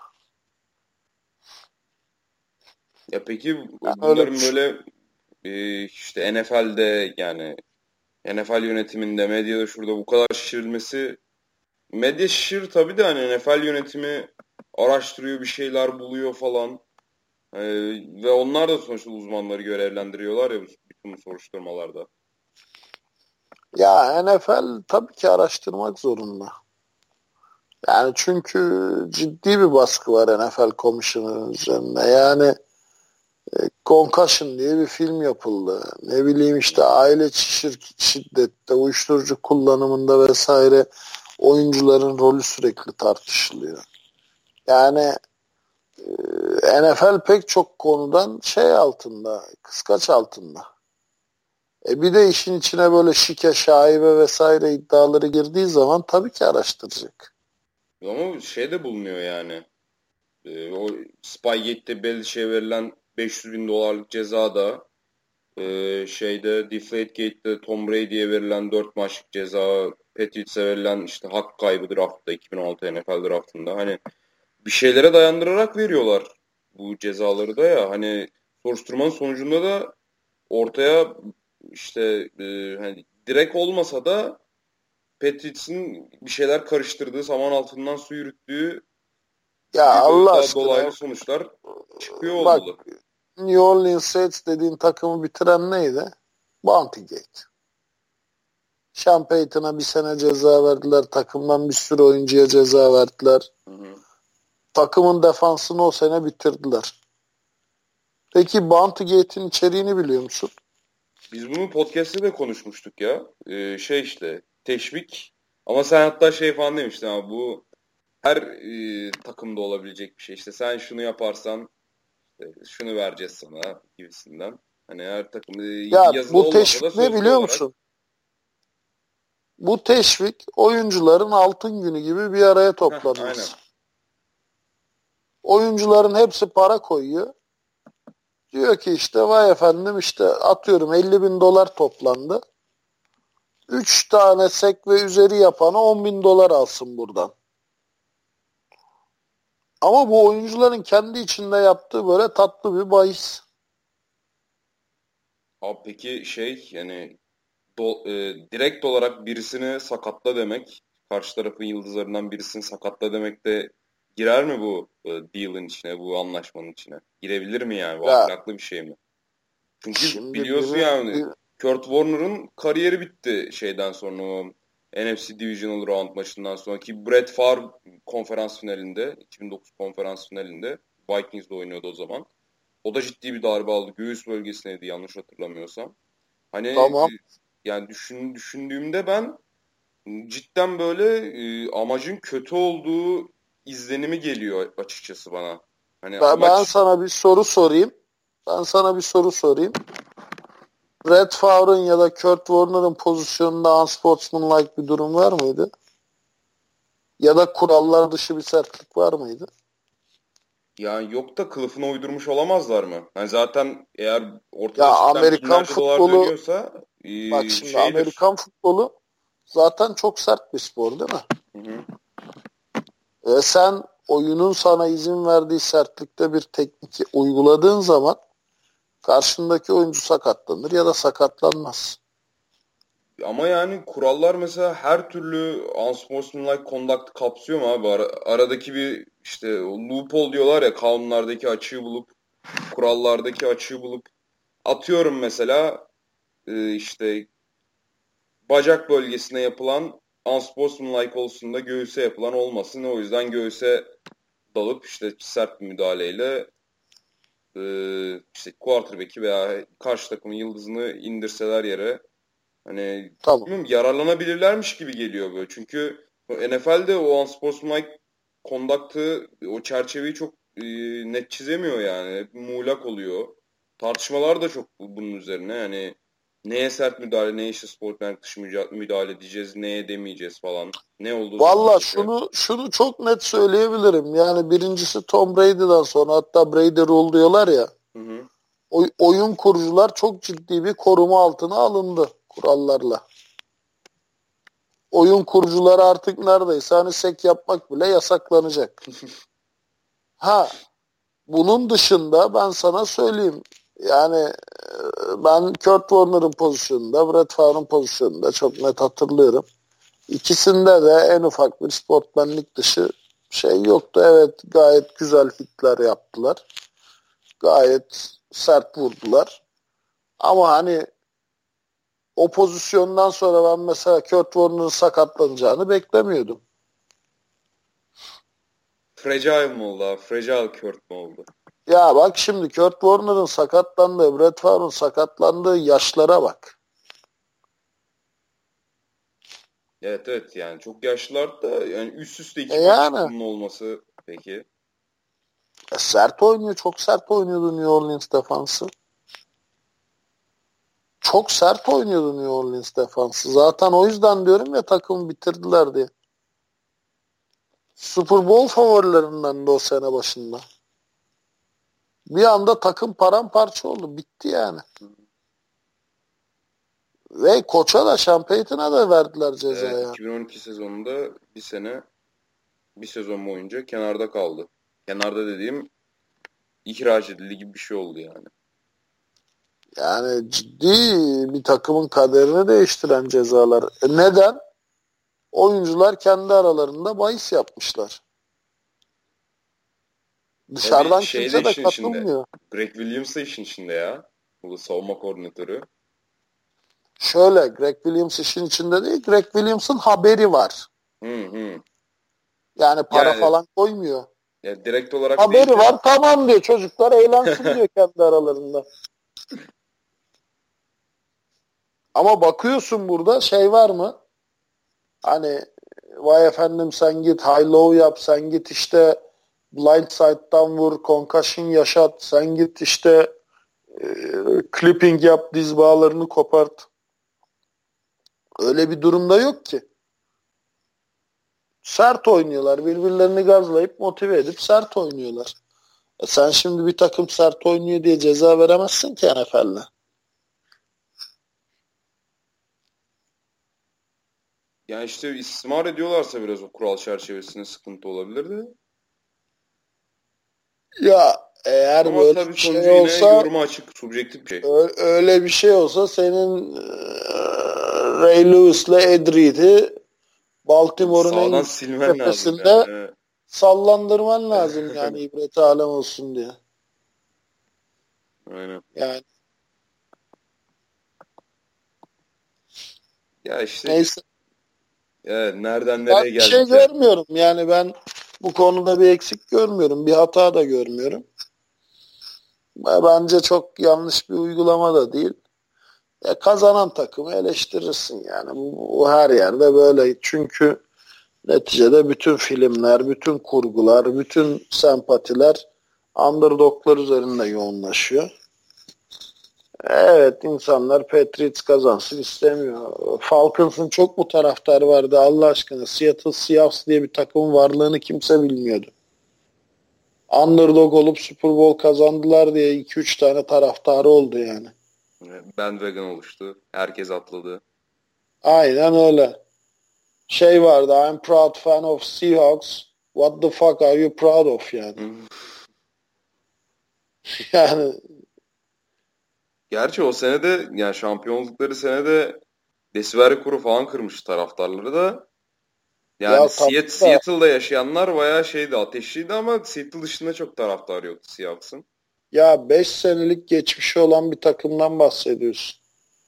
Ya peki Ben öyle bunların düşünüyorum. böyle e, işte N F L'de yani N F L yönetiminde, medyada şurada bu kadar şişirilmesi, medya şişirir tabii de hani N F L yönetimi araştırıyor, bir şeyler buluyor falan. Ee, ve onlar da sonuçta uzmanları görevlendiriyorlar ya bu- bütün bu soruşturmalarda. Ya N F L tabii ki araştırmak zorunda. Yani çünkü ciddi bir baskı var N F L Commissioner'ın üzerine. Yani Concussion diye bir film yapıldı. Ne bileyim işte aile içi şiddette, uyuşturucu kullanımında vesaire oyuncuların rolü sürekli tartışılıyor. Yani e, N F L pek çok konudan şey altında, kıskaç altında. E bir de işin içine böyle şike, şaibe vesaire iddiaları girdiği zaman tabii ki araştıracak. Ama şey de bulunuyor yani. Ee, o Spygate'de belli şey verilen beş yüz bin dolarlık ceza da e, şeyde Deflategate'de Tom Brady'ye verilen dört maçlık ceza, Patriots'e verilen işte hak kaybı draftta iki bin on altı N F L draftında. Hani bir şeylere dayandırarak veriyorlar bu cezaları da ya. Hani soruşturmanın sonucunda da ortaya işte e, hani direkt olmasa da Patriots'ın bir şeyler karıştırdığı, saman altından su yürüttüğü Ya gibi böyle Allah daha aşkına dolaylı sonuçlar çıkıyor bak oldu. New Orleans Saints dediğin takımı bitiren neydi? Bounty Gate. Sean Payton'a bir sene ceza verdiler. Takımdan bir sürü oyuncuya ceza verdiler. Hı hı. Takımın defansını o sene bitirdiler. Peki Bounty Gate'in içeriğini biliyor musun? Biz bunu podcast'te de konuşmuştuk ya. Ee, şey işte teşvik. Ama sen hatta şey falan demiştin abi, bu her e, takımda olabilecek bir şey. İşte sen şunu yaparsan işte şunu vereceğiz sana gibisinden. Hani her takım e, ya, yazılı bu olmasa da teşvik ne sözlü biliyor olarak. musun? Bu teşvik oyuncuların altın günü gibi bir araya toplanması. Oyuncuların hepsi para koyuyor. Diyor ki işte vay efendim işte atıyorum elli bin dolar toplandı. üç tane sek ve üzeri yapana on bin dolar alsın buradan. Ama bu oyuncuların kendi içinde yaptığı böyle tatlı bir bahis. Abi peki şey yani do, e, direkt olarak birisini sakatla demek, karşı tarafın yıldızlarından birisini sakatla demek de girer mi bu e, deal'in içine, bu anlaşmanın içine? Girebilir mi yani? Bu Ya, ahlaklı bir şey mi? Çünkü biliyorsun biri, yani bir... Kurt Warner'ın kariyeri bitti şeyden sonra, o N F C Divisional Round maçından sonraki Brett Favre konferans finalinde, iki bin dokuz konferans finalinde Vikings'de oynuyordu o zaman. O da ciddi bir darbe aldı. Göğüs bölgesindeydi yanlış hatırlamıyorsam. Hani Tamam. e, yani düşün, düşündüğümde ben cidden böyle e, amacın kötü olduğu izlenimi geliyor açıkçası bana. Hani Ben, amaç... ben sana bir soru sorayım. Ben sana bir soru sorayım. Brett Favre'ın ya da Kurt Warner'ın pozisyonunda unsportsmanlike bir durum var mıydı? Ya da kurallar dışı bir sertlik var mıydı? Yani yok da kılıfına uydurmuş olamazlar mı? Yani zaten eğer Ya ortada cidden Amerikan binlerce dolar futbolu, dönüyorsa e, bak şimdi şeydir. Amerikan futbolu zaten çok sert bir spor değil mi? Hı hı. Ve sen oyunun sana izin verdiği sertlikte bir teknik uyguladığın zaman karşındaki oyuncu sakatlanır ya da sakatlanmaz. Ama yani kurallar mesela her türlü unsportsmanlike conduct kapsıyor mu abi? Ara- aradaki bir işte loophole diyorlar ya, kanunlardaki açığı bulup, kurallardaki açığı bulup, atıyorum mesela e, işte bacak bölgesine yapılan unsportsmanlike olsun da göğüse yapılan olmasın. O yüzden göğüse dalıp işte sert bir müdahaleyle e, işte quarterback'i veya karşı takımın yıldızını indirseler yere, hani Tamam. bilmiyorum, yararlanabilirlermiş gibi geliyor böyle. Çünkü N F L'de o unsportsmanlike conduct'ı, o çerçeveyi çok e, net çizemiyor yani. Hep muğlak oluyor. Tartışmalar da çok bunun üzerine. Yani neye sert müdahale, neye işte sportmenlik dışı müdahale edeceğiz, neye demeyeceğiz falan. Ne olduğu da Valla karışıyor. şunu şunu çok net söyleyebilirim. Yani birincisi Tom Brady'den sonra, hatta Brady Rule diyorlar ya. Hı hı. Oy, oyun kurucular çok ciddi bir koruma altına alındı kurallarla. Oyun kurucuları artık neredeyse hani sek yapmak bile yasaklanacak. Ha, bunun dışında ben sana söyleyeyim. Yani e, ben Kurt Warner'ın pozisyonunda, Brett Favre'ın pozisyonunda çok net hatırlıyorum. İkisinde de en ufak bir sportmenlik dışı şey yoktu. Evet, gayet güzel hitler yaptılar. Gayet sert vurdular. Ama hani o pozisyondan sonra ben mesela Kurt Warner'ın sakatlanacağını beklemiyordum. Fragile mi oldu abi? Fragile Kurt mu oldu? Ya bak şimdi Kurt Warner'ın sakatlandığı, Brett Favre'ın sakatlandığı yaşlara bak. Evet evet, yani çok yaşlılar da, yani üst üste E iki maç yani bunun olması peki. e sert oynuyor, çok sert oynuyordu New Orleans defansı. Çok sert oynuyordu New Orleans defansı. Zaten o yüzden diyorum ya takımı bitirdiler diye. Super Bowl favorilerinden de o sene başında. Bir anda takım paramparça oldu. Bitti yani. Ve koça da Sean Payton'a da verdiler Evet, cezaya. iki bin on iki sezonunda bir sene, bir sezon boyunca kenarda kaldı. Kenarda dediğim ihraç edildi gibi bir şey oldu yani. Yani ciddi bir takımın kaderini değiştiren cezalar. E neden? Oyuncular kendi aralarında bahis yapmışlar. Tabii Dışarıdan şey de kimse de işin içinde. katılmıyor. Greg Williams da işin içinde ya. Bu savunma koordinatörü. Şöyle, Greg Williams işin içinde değil. Greg Williams'ın haberi var. Hı hı. Yani para Yani falan koymuyor. ya direkt olarak değil Haberi de. var, tamam diyor. Çocuklar eğlensin diyor kendi aralarında. Ama bakıyorsun burada şey var mı? Hani vay efendim sen git high low yap, sen git işte blind side'dan vur, concussion yaşat, sen git işte e, clipping yap, diz bağlarını kopart. Öyle bir durumda yok ki. Sert oynuyorlar. Birbirlerini gazlayıp motive edip sert oynuyorlar. E sen şimdi bir takım sert oynuyor diye ceza veremezsin ki N F L'le. Yani işte istismar ediyorlarsa biraz o kural çerçevesinde sıkıntı olabilir de. Ya eğer Ama böyle tabii bir şey sonucu yine olsa yoruma açık, subjektif bir şey. Ö- öyle bir şey olsa senin e, Ray Lewis'le Ed Reed'i Baltimore'un Sağdan en silmen lazım tepesinde yani. sallandırman lazım yani ibret alem olsun diye. Aynen. Yani Ya işte neyse evet, nereden ben nereye bir şey geldik ya. görmüyorum. Yani ben bu konuda bir eksik görmüyorum. Bir hata da görmüyorum. Bence çok yanlış bir uygulama da değil. Ya kazanan takımı eleştirirsin yani. Bu, bu her yerde böyle. Çünkü neticede bütün filmler, bütün kurgular, bütün sempatiler underdoglar üzerinde yoğunlaşıyor. Evet, insanlar Patriots kazansın istemiyor. Falcons'ın çok mu taraftarı vardı Allah aşkına? Seattle Seahawks diye bir takımın varlığını kimse bilmiyordu. Underdog olup Super Bowl kazandılar diye iki üç tane taraftarı oldu yani. Bandwagon oluştu. Herkes atladı. Aynen öyle. Şey vardı, I'm proud fan of Seahawks. What the fuck are you proud of yani? Yani Gerçi o sene de yani şampiyonlukları senede Desiveri kuru falan kırmış taraftarları da. Yani ya tamam Seat- da Seattle'da yaşayanlar bayağı şeydi, ateşliydi ama Seattle dışında çok taraftar yoktu Seahawks'ın. ya beş senelik geçmişi olan bir takımdan bahsediyorsun.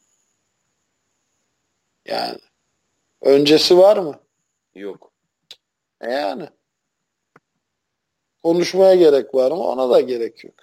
Yani öncesi var mı? Yok. E yani konuşmaya gerek var mı? Ona da gerek yok.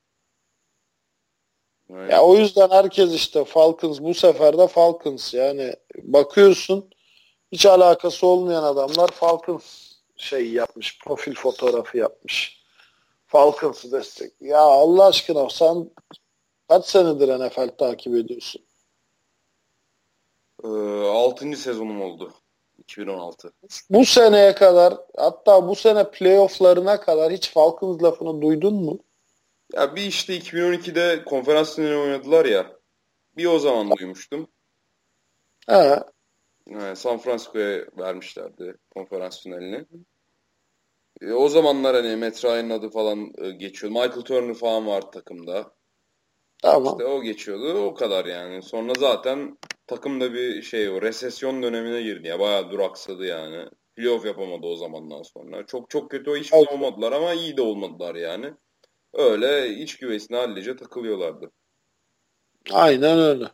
Ya Aynen. o yüzden herkes işte Falcons bu sefer de Falcons yani bakıyorsun hiç alakası olmayan adamlar Falcons şey yapmış, profil fotoğrafı yapmış. Falcons'ı destek. Ya Allah aşkına sen kaç senedir N F L takip ediyorsun? Ee, altıncı sezonum oldu. iki bin on altı. Bu seneye kadar hatta bu sene playofflarına kadar hiç Falcons lafını duydun mu? Ya bir işte iki bin on ikide konferans finali oynadılar ya. Bir o zaman duymuştum. He, Yani San Francisco'ya vermişlerdi konferans finalini. E, o zamanlar hani Matt Ryan'ın adı falan e, geçiyordu. Michael Turner falan vardı takımda. tamam. İşte o geçiyordu. O kadar yani. Sonra zaten takımda bir şey o resesyon dönemine girdi ya. Bayağı duraksadı yani. Playoff yapamadı o zamandan sonra. Çok çok kötü o hiçbir zaman Okey. olmadılar ama iyi de olmadılar yani. Öyle iç güveysine hallice takılıyorlardı. Aynen öyle.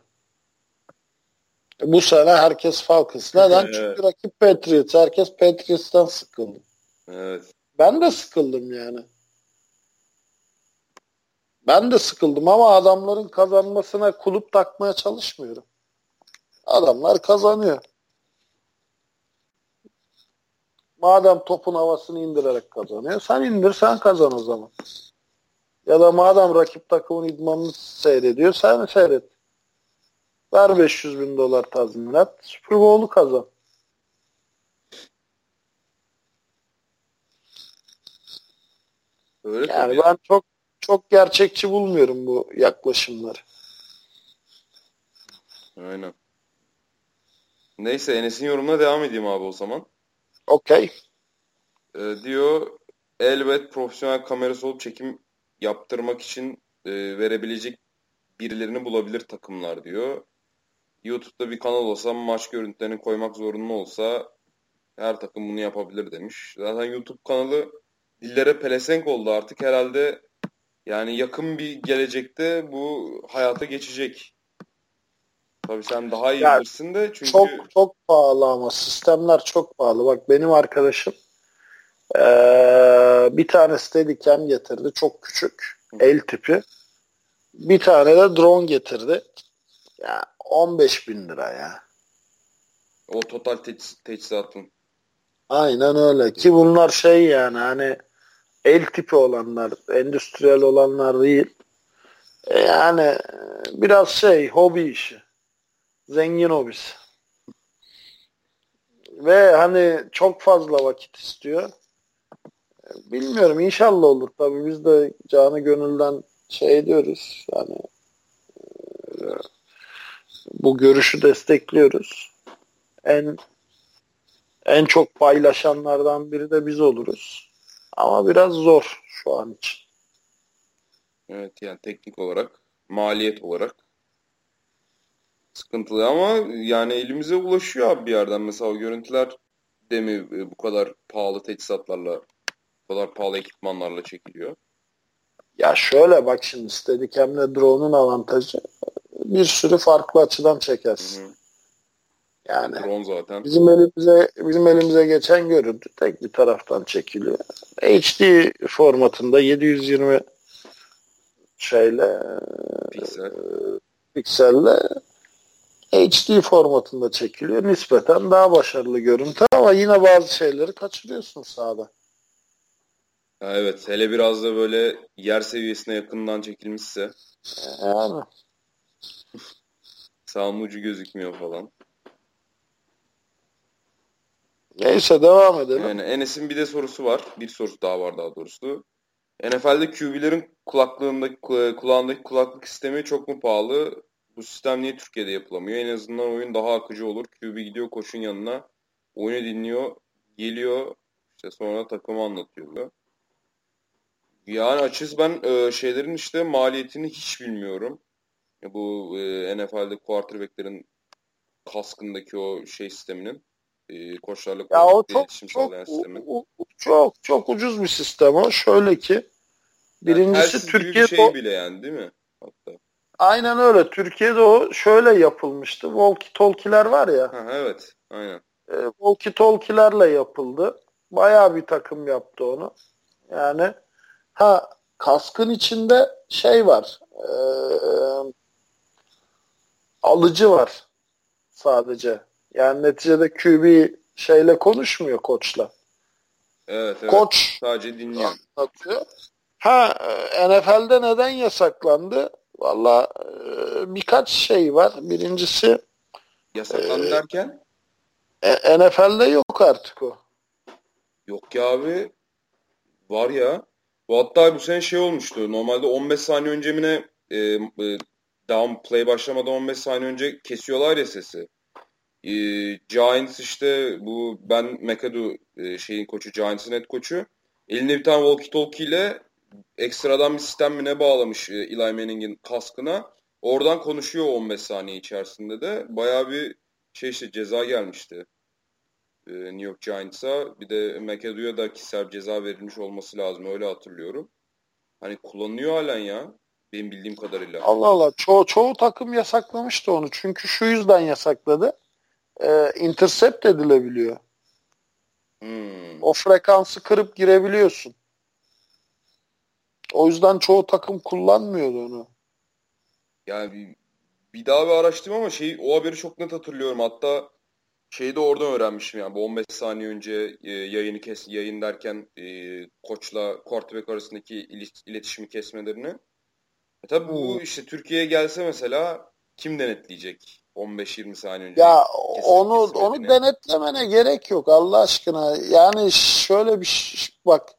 Bu sene herkes Falcons. Neden? Çünkü rakip Patriots. Herkes Patriots'tan sıkıldı. Evet. Ben de sıkıldım yani. Ben de sıkıldım ama adamların kazanmasına kulüp takmaya çalışmıyorum. Adamlar kazanıyor. Madem topun havasını indirerek kazanıyor, sen indir sen kazan o zaman. Ya da madem rakip takımın idmanını seyrediyor, sen seyret. Ver beş yüz bin dolar tazminat, Super Bowl'u kazan. Öyle tabii Yani ya. ben çok çok gerçekçi bulmuyorum bu yaklaşımları. Aynen. Neyse Enes'in yorumuna devam edeyim abi o zaman. Okey. Ee, diyor elbet profesyonel kamerası olup çekim yaptırmak için e, verebilecek birilerini bulabilir takımlar diyor. YouTube'da bir kanal olsa maç görüntülerini koymak zorunlu olsa her takım bunu yapabilir demiş. Zaten YouTube kanalı dillere pelesenk oldu artık herhalde. Yani yakın bir gelecekte bu hayata geçecek. Tabii sen daha iyi Ya bilirsin de çok çünkü çok pahalı ama sistemler çok pahalı. Bak benim arkadaşım eee, bir tane Steadicam getirdi. Çok küçük. El tipi. Bir tane de drone getirdi. Ya on beş bin lira ya. o total teç- teçhizatın. Aynen öyle. Ki bunlar şey yani hani el tipi olanlar, endüstriyel olanlar değil. E yani e, biraz şey hobi işi. Zengin hobisi. Ve hani çok fazla vakit istiyor. Bilmiyorum inşallah olur. Tabii biz de canı gönülden şey ediyoruz. Yani bu görüşü destekliyoruz. En en çok paylaşanlardan biri de biz oluruz. Ama biraz zor şu an için. Evet yani teknik olarak, maliyet olarak sıkıntılı ama yani elimize ulaşıyor abi bir yerden. Mesela o görüntüler de mi e, bu kadar pahalı teçhizatlarla, bu kadar pahalı ekipmanlarla çekiliyor? Ya şöyle bak şimdi Steadicam'le drone'un avantajı bir sürü farklı açıdan Hı çekersin. hı. Yani Yani drone zaten. bizim elimize bizim elimize geçen görüntü tek bir taraftan çekiliyor. H D formatında yedi yüz yirmi şeyle Piksel. pikselle H D formatında çekiliyor. Nispeten daha başarılı görüntü ama yine bazı şeyleri kaçırıyorsun sahada. Ya evet, hele biraz da böyle yer seviyesine yakından çekilmişse Yani sağın ucu gözükmüyor falan. neyse devam edelim. Yani Enes'in bir de sorusu var. Bir sorusu daha var daha doğrusu. N F L'de Q B'lerin kulaklığındaki, kulağındaki kulaklık sistemi çok mu pahalı? Bu sistem niye Türkiye'de yapılamıyor? En azından oyun daha akıcı olur. Q B gidiyor koşun yanına. Oyunu dinliyor. Geliyor. İşte sonra takımı anlatıyor diyor. Yani açıkçası ben e, şeylerin işte maliyetini hiç bilmiyorum. Ya bu e, N F L'de quarterback'lerin kaskındaki o şey sisteminin e, koçlarla Ya o kulaklıkla çok iletişim çok sağlayan u- sistemin. u- çok çok ucuz bir sistem o. Şöyle ki Yani birincisi telsiz gibi bir Türkiye'de şey o bile yani değil mi? Hatta. aynen öyle. Türkiye'de o şöyle yapılmıştı. Walkie talkie'ler var ya. Ha, evet. Aynen. E, walkie talkie'lerle yapıldı. Bayağı bir takım yaptı onu. Yani ha kaskın içinde şey var. E, alıcı var sadece. Yani neticede Q B şeyle konuşmuyor koçla. Evet evet. Koç Sadece dinliyor. anlatıyor. Ha N F L'de neden yasaklandı? Valla e, birkaç şey var. Birincisi Yasaklandı derken? e, N F L'de yok artık o. Yok ya abi. Var ya. Bu hatta bu sene şey olmuştu. Normalde on beş saniye önce mi ne e, e, down play başlamadan on beş saniye önce kesiyorlar ya sesi. E, Giants işte bu Ben McAdoo e, şeyin koçu, Giants'ın head koçu. Elinde bir tane walkie-talkie ile ekstradan bir sistem mi ne bağlamış e, Eli Manning'in kaskına. Oradan konuşuyor on beş saniye içerisinde de. Bayağı bir şey işte ceza gelmişti. e, New York Giants'a. Bir de McAdoo'ya da kişisel ceza verilmiş olması lazım. Öyle hatırlıyorum. Hani kullanılıyor halen ya. Benim bildiğim kadarıyla. Allah Allah. Çoğu, çoğu takım yasaklamıştı onu. Çünkü şu yüzden yasakladı. E, intercept edilebiliyor. Hmm. O frekansı kırıp girebiliyorsun. O yüzden çoğu takım kullanmıyordu onu. Yani bir, bir daha bir araştırdım ama şey o haberi çok net hatırlıyorum. Hatta şeyi de oradan öğrenmişim yani. Bu on beş saniye önce e, yayını kes yayın derken e, koçla quarterback arasındaki ili- iletişimi kesmelerini. E tabii Hmm. bu işte Türkiye'ye gelse mesela kim denetleyecek? on beş yirmi saniye önce Ya kesilip onu onu kesilmediğini. denetlemene gerek yok Allah aşkına. Yani şöyle bir ş- bak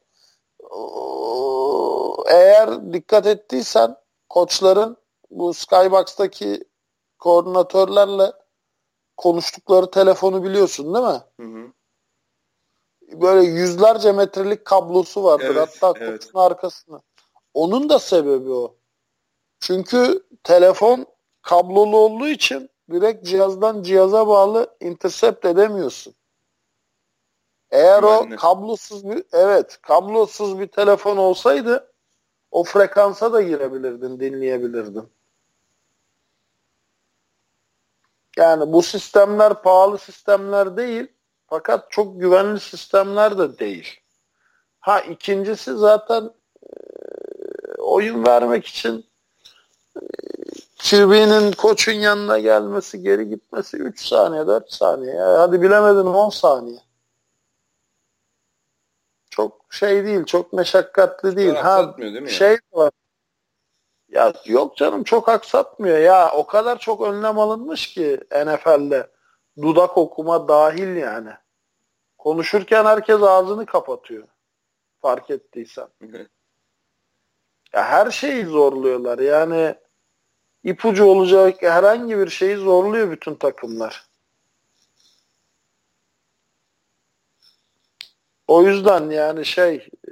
o- eğer dikkat ettiysen koçların bu Skybox'taki koordinatörlerle konuştukları telefonu biliyorsun değil mi? Hı hı. Böyle yüzlerce metrelik kablosu vardır Evet, hatta evet. koçun arkasına. Onun da sebebi o. Çünkü telefon kablolu olduğu için direkt cihazdan cihaza bağlı intercept edemiyorsun. Eğer Güvenli. o kablosuz bir evet kablosuz bir telefon olsaydı o frekansa da girebilirdin, dinleyebilirdin. Yani bu sistemler pahalı sistemler değil fakat çok güvenli sistemler de değil. Ha ikincisi zaten oyun vermek için Q B'nin koçun yanına gelmesi, geri gitmesi üç saniye, dört saniye. Ya hadi bilemedin on saniye. Çok şey değil, çok meşakkatli Bunlar değil. Ha aksatmıyor değil mi ya? şey var. Ya yok canım çok aksatmıyor ya. O kadar çok önlem alınmış ki N F L'de. Dudak okuma dahil yani. Konuşurken herkes ağzını kapatıyor. Fark ettiysen. Ya her şeyi zorluyorlar. Yani ipucu olacak herhangi bir şeyi zorluyor bütün takımlar. O yüzden yani şey e,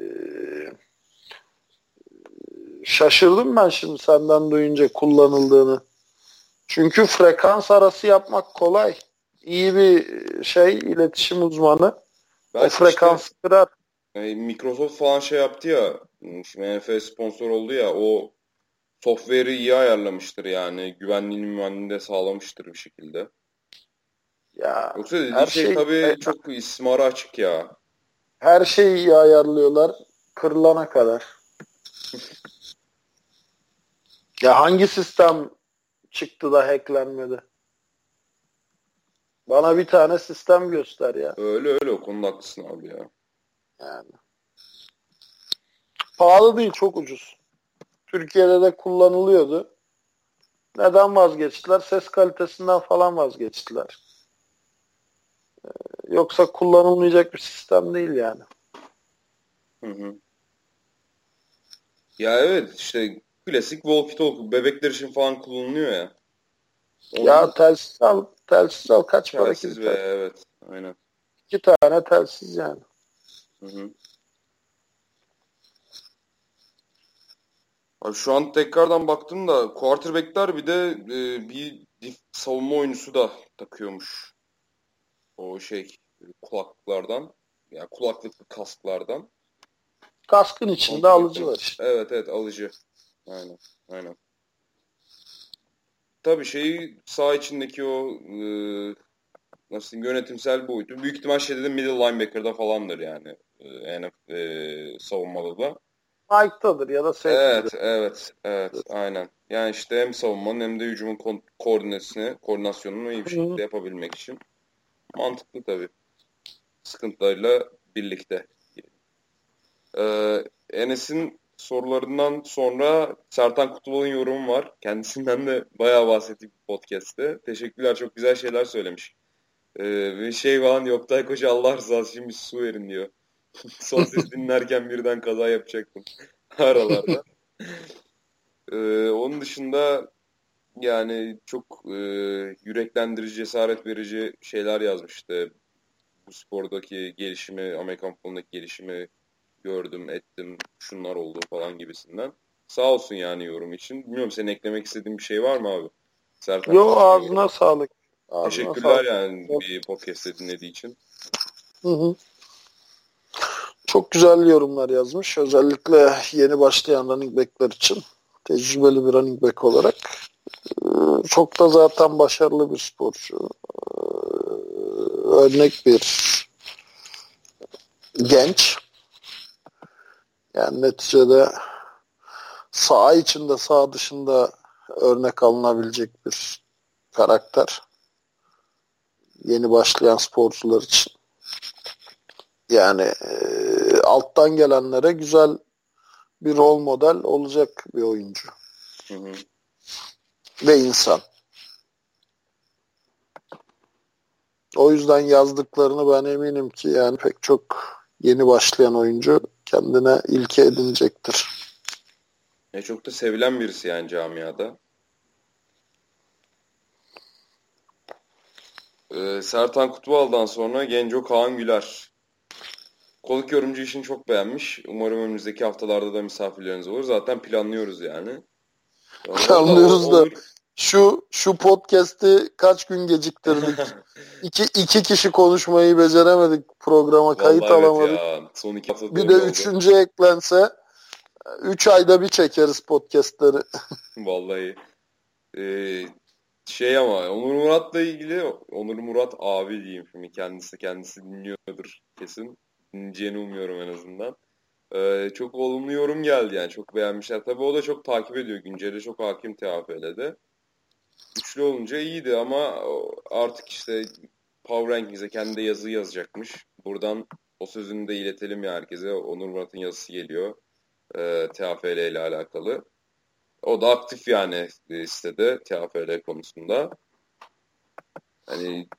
şaşırdım ben şimdi senden duyunca kullanıldığını. Çünkü frekans arası yapmak kolay. İyi bir şey iletişim uzmanı o Belki işte frekansı kırar. e, Microsoft falan şey yaptı ya, şimdi N F L sponsor oldu ya, o software'i iyi ayarlamıştır yani. Güvenliğini güvenliğini de sağlamıştır bir şekilde. Ya Yoksa dediğin her şey şey tabii çok istismara açık ya. her şeyi iyi ayarlıyorlar kırılana kadar. Ya hangi sistem çıktı da hacklenmedi? Bana bir tane sistem göster ya. Öyle öyle, o konuda haklısın abi ya. Yani pahalı değil, çok ucuz. Türkiye'de de kullanılıyordu. Neden vazgeçtiler? Ses kalitesinden falan vazgeçtiler. Yoksa kullanılmayacak bir sistem değil yani. Hı hı. Ya evet, işte klasik walkie-talkie bebekler için falan kullanılıyor ya. Ya Onun telsiz al, telsiz al kaç para ki bir telsiz ve telsiz? evet, aynen. İki tane telsiz yani. Hı hı. Abi şu an tekrardan baktım da quarterback'ler bir de e, bir dif- savunma oyuncusu da takıyormuş. O şey, kulaklıklardan. Yani kulaklıklı kasklardan. Kaskın içinde Kontrol alıcı ettim. var işte. Evet evet, alıcı. Aynen. Aynen. Tabii şeyi, sağ içindeki o e, nasıl diyeyim, yönetimsel boyutu. Büyük ihtimal şeyde de middle linebacker'da falandır yani. E, yani e, savunmada da. Mike'dadır ya da safety'de. Evet, evet, evet, aynen. Yani işte hem savunmanın hem de hücumun ko- koordinesini, koordinasyonunu iyi bir şekilde yapabilmek için. Mantıklı tabii. Sıkıntılarıyla birlikte. Ee, Enes'in sorularından sonra Sertan Kutubal'ın yorumu var. Kendisinden de bayağı bahsettik bu podcast'te. Teşekkürler, çok güzel şeyler söylemiş. Ee, ve şey falan, Yoktay Koca Allah rızası için bir su verin diyor. Son ses dinlerken birden kaza yapacaktım aralarda. Ee, onun dışında yani çok e, yüreklendirici, cesaret verici şeyler yazmıştı. Bu spordaki gelişimi, Amerikan futbolundaki gelişimi gördüm, ettim, şunlar oldu falan gibisinden. Sağ olsun yani yorum için. Bilmiyorum, senin eklemek istediğin bir şey var mı abi? Sertan Yo Kutlum'un ağzına yorumu. sağlık. Ağzına Teşekkürler sağlık. yani bir podcast'te dinlediği için. Hı hı. Çok güzel yorumlar yazmış. Özellikle yeni başlayan running back'ler için. Tecrübeli bir running back olarak. Ee, Çok da zaten başarılı bir sporcu. Ee, Örnek bir genç. Yani neticede saha içinde saha dışında örnek alınabilecek bir karakter. Yeni başlayan sporcular için. Yani e, alttan gelenlere güzel bir rol model olacak bir oyuncu. Hı hı. Ve insan. O yüzden yazdıklarını ben eminim ki yani pek çok yeni başlayan oyuncu kendine ilke edinecektir. E, çok da sevilen birisi yani camiada. Ee, Sertan Kutlual'dan sonra Genco Kaan Güler. Konuk yorumcu işini çok beğenmiş. Umarım önümüzdeki haftalarda da misafirleriniz olur. Zaten planlıyoruz yani. Valla Anlıyoruz da olur. Şu şu podcast'i kaç gün geciktirdik. İki, iki kişi konuşmayı beceremedik. Programa kayıt Vallahi evet alamadık. ya. Son iki haftada Bir de öyle oldu. üçüncü eklense üç ayda bir çekeriz podcast'leri. Vallahi. Ee, şey ama Onur Murat'la ilgili Onur Murat abi diyeyim şimdi kendisi kendisi dinliyordur kesin. Dinleyeceğini umuyorum en azından. Ee, çok olumlu yorum geldi yani çok beğenmişler. Tabii o da çok takip ediyor güncelde çok hakim T F L'de. Üçlü olunca iyiydi ama artık işte Power Rankings'e kendi de yazı yazacakmış. Buradan o sözünü de iletelim ya herkese. Onur Murat'ın yazısı geliyor. E, T F L ile alakalı. O da aktif yani e, sitede T F L konusunda. Hani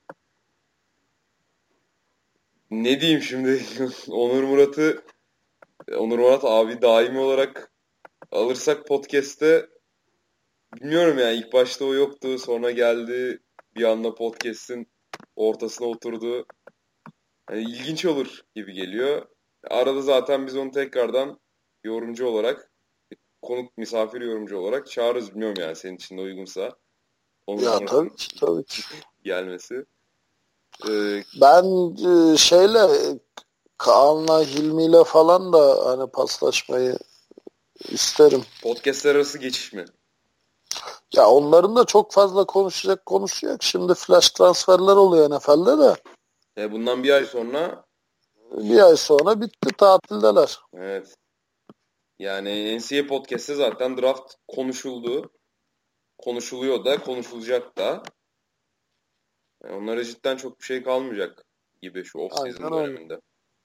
ne diyeyim şimdi Onur Murat'ı Onur Murat abi daimi olarak alırsak podcast'te bilmiyorum yani ilk başta o yoktu sonra geldi bir anda podcast'in ortasına oturdu. Yani ilginç olur gibi geliyor. Arada zaten biz onu tekrardan yorumcu olarak konuk misafir yorumcu olarak çağırırız bilmiyorum yani senin için de uygunsa. Onur Ya Murat'ın tabii ki tabii ki. gelmesi. Ee, Ben e, şeyle Kaan'la Hilmi'yle falan da hani paslaşmayı isterim. podcastler arası geçiş mi? Ya onların da çok fazla konuşacak konusu yok. Şimdi flash transferler oluyor N F L'de de. E, bundan bir ay sonra Bir ay sonra bitti tatildeler. evet. Yani N C A A podcast'te zaten draft konuşuldu. Konuşuluyor da konuşulacak da. Yani onlara cidden çok bir şey kalmayacak gibi şu off-season Aynen öyle. döneminde.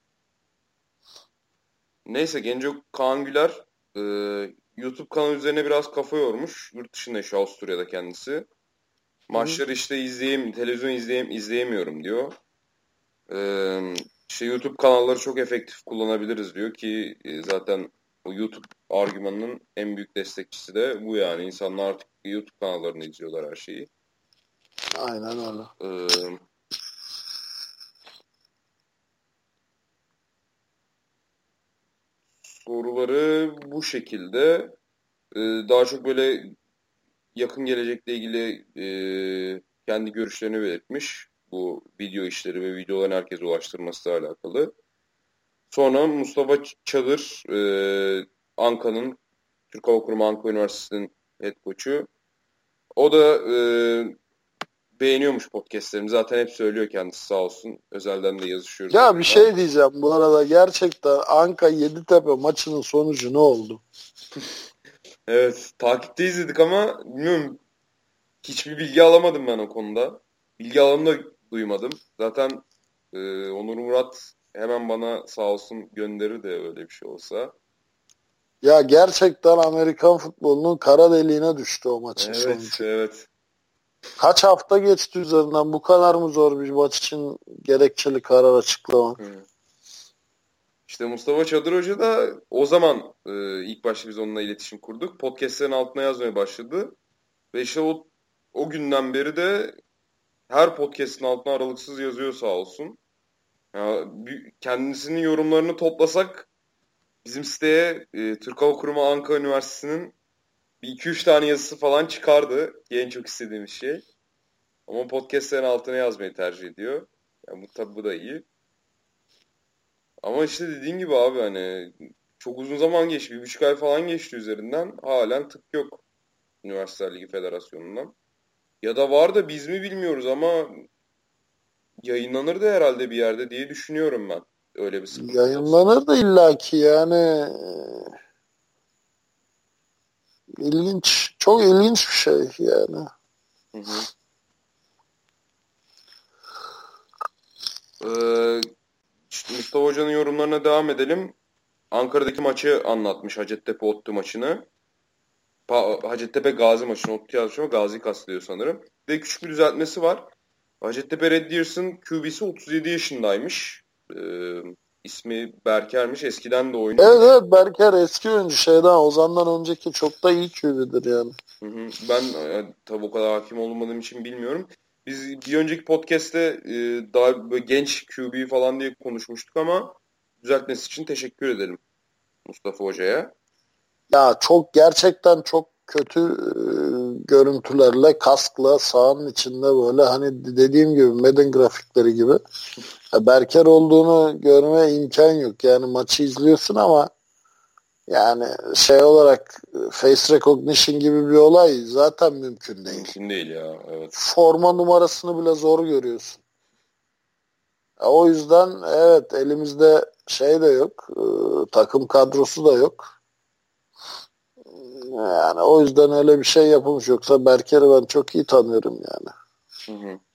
Neyse Genco Kaan Güler e, YouTube kanalı üzerine biraz kafa yormuş. Yurt dışında yaşıyor Avusturya'da kendisi. Maçları işte izleyeyim, televizyon izleyeyim, izleyemiyorum diyor. E, işte YouTube kanalları çok efektif kullanabiliriz diyor ki e, zaten o YouTube argümanının en büyük destekçisi de bu yani. İnsanlar artık YouTube kanallarını izliyorlar her şeyi. Aynen öyle. E, soruları bu şekilde. E, daha çok böyle yakın gelecekle ilgili e, kendi görüşlerini belirtmiş. Bu video işleri ve videoların herkese ulaştırmasıyla alakalı. Sonra Mustafa Çadır, e, Anka'nın, Türk Hava Kurumu Anka Üniversitesi'nin head coach'u. O da e, beğeniyormuş podcastlerimi. Zaten hep söylüyor kendisi sağ olsun. Özelden de yazışıyoruz. Ya bir şey diyeceğim bu arada. Gerçekten Anka Yeditepe maçının sonucu ne oldu? Evet, takipte izledik ama bilmiyorum hiçbir bilgi alamadım ben o konuda. Bilgi alanını da duymadım. Zaten e, Onur Murat hemen bana sağ olsun gönderir de öyle bir şey olsa. Ya gerçekten Amerikan futbolunun kara deliğine düştü o maçın Evet, sonucu. evet. Kaç hafta geçti üzerinden, bu kadar mı zor bir maç için gerekçeli karar açıklamak? Hı. İşte Mustafa Çadır Hoca da o zaman e, ilk başta biz onunla iletişim kurduk. Podcast'lerin altına yazmaya başladı. Ve işte o, o günden beri de her podcast'in altına aralıksız yazıyor sağ olsun. Ya, bir- kendisinin yorumlarını toplasak bizim siteye e, Türk Hava Kurumu Ankara Üniversitesi'nin bir iki üç tane yazısı falan çıkardı. Ki en çok istediğimiz şey. Ama podcastlerin altına yazmayı tercih ediyor. Yani bu tabi bu da iyi. Ama işte dediğin gibi abi hani çok uzun zaman geçti. Bir buçuk ay falan geçti üzerinden. Halen tık yok Üniversiteler Ligi Federasyonu'ndan. Ya da var da biz mi bilmiyoruz ama yayınlanır da herhalde bir yerde diye düşünüyorum ben. Öyle bir sıkıntı olsa. Yayınlanır da illaki yani e, ilginç, çok ilginç bir şey yani. Hı hı. Ee, işte Mustafa Hoca'nın yorumlarına devam edelim. Ankara'daki maçı anlatmış. Hacettepe Ottu maçını. Pa- Hacettepe Gazi maçını. Ottu yazmış ama Gazi'yi kastediyor sanırım. Ve küçük bir düzeltmesi var. Hacettepe Red Deers'ın Q B'si otuz yedi yaşındaymış. Ee, ismi Berker'miş. Eskiden de oynuyor. Evet evet, Berker eski oyuncu, şeyden Ozan'dan önceki çok da iyi Q B'dir yani. Hı hı. Ben e, tabii o kadar hakim olmadığım için bilmiyorum. Biz bir önceki podcast'te e, daha böyle genç Q B falan diye konuşmuştuk ama düzeltmesi için teşekkür edelim Mustafa Hoca'ya. Ya çok, gerçekten çok kötü e, görüntülerle, kaskla sahanın içinde böyle hani dediğim gibi Madden grafikleri gibi ya Berker olduğunu görmeye imkan yok. Yani maçı izliyorsun ama yani şey olarak face recognition gibi bir olay zaten mümkün değil. Mümkün değil ya. Evet. Forma numarasını bile zor görüyorsun. Ya o yüzden evet elimizde şey de yok. E, takım kadrosu da yok. Yani o yüzden öyle bir şey yapılmış. Yoksa Berker'i ben çok iyi tanıyorum yani. Hı hı.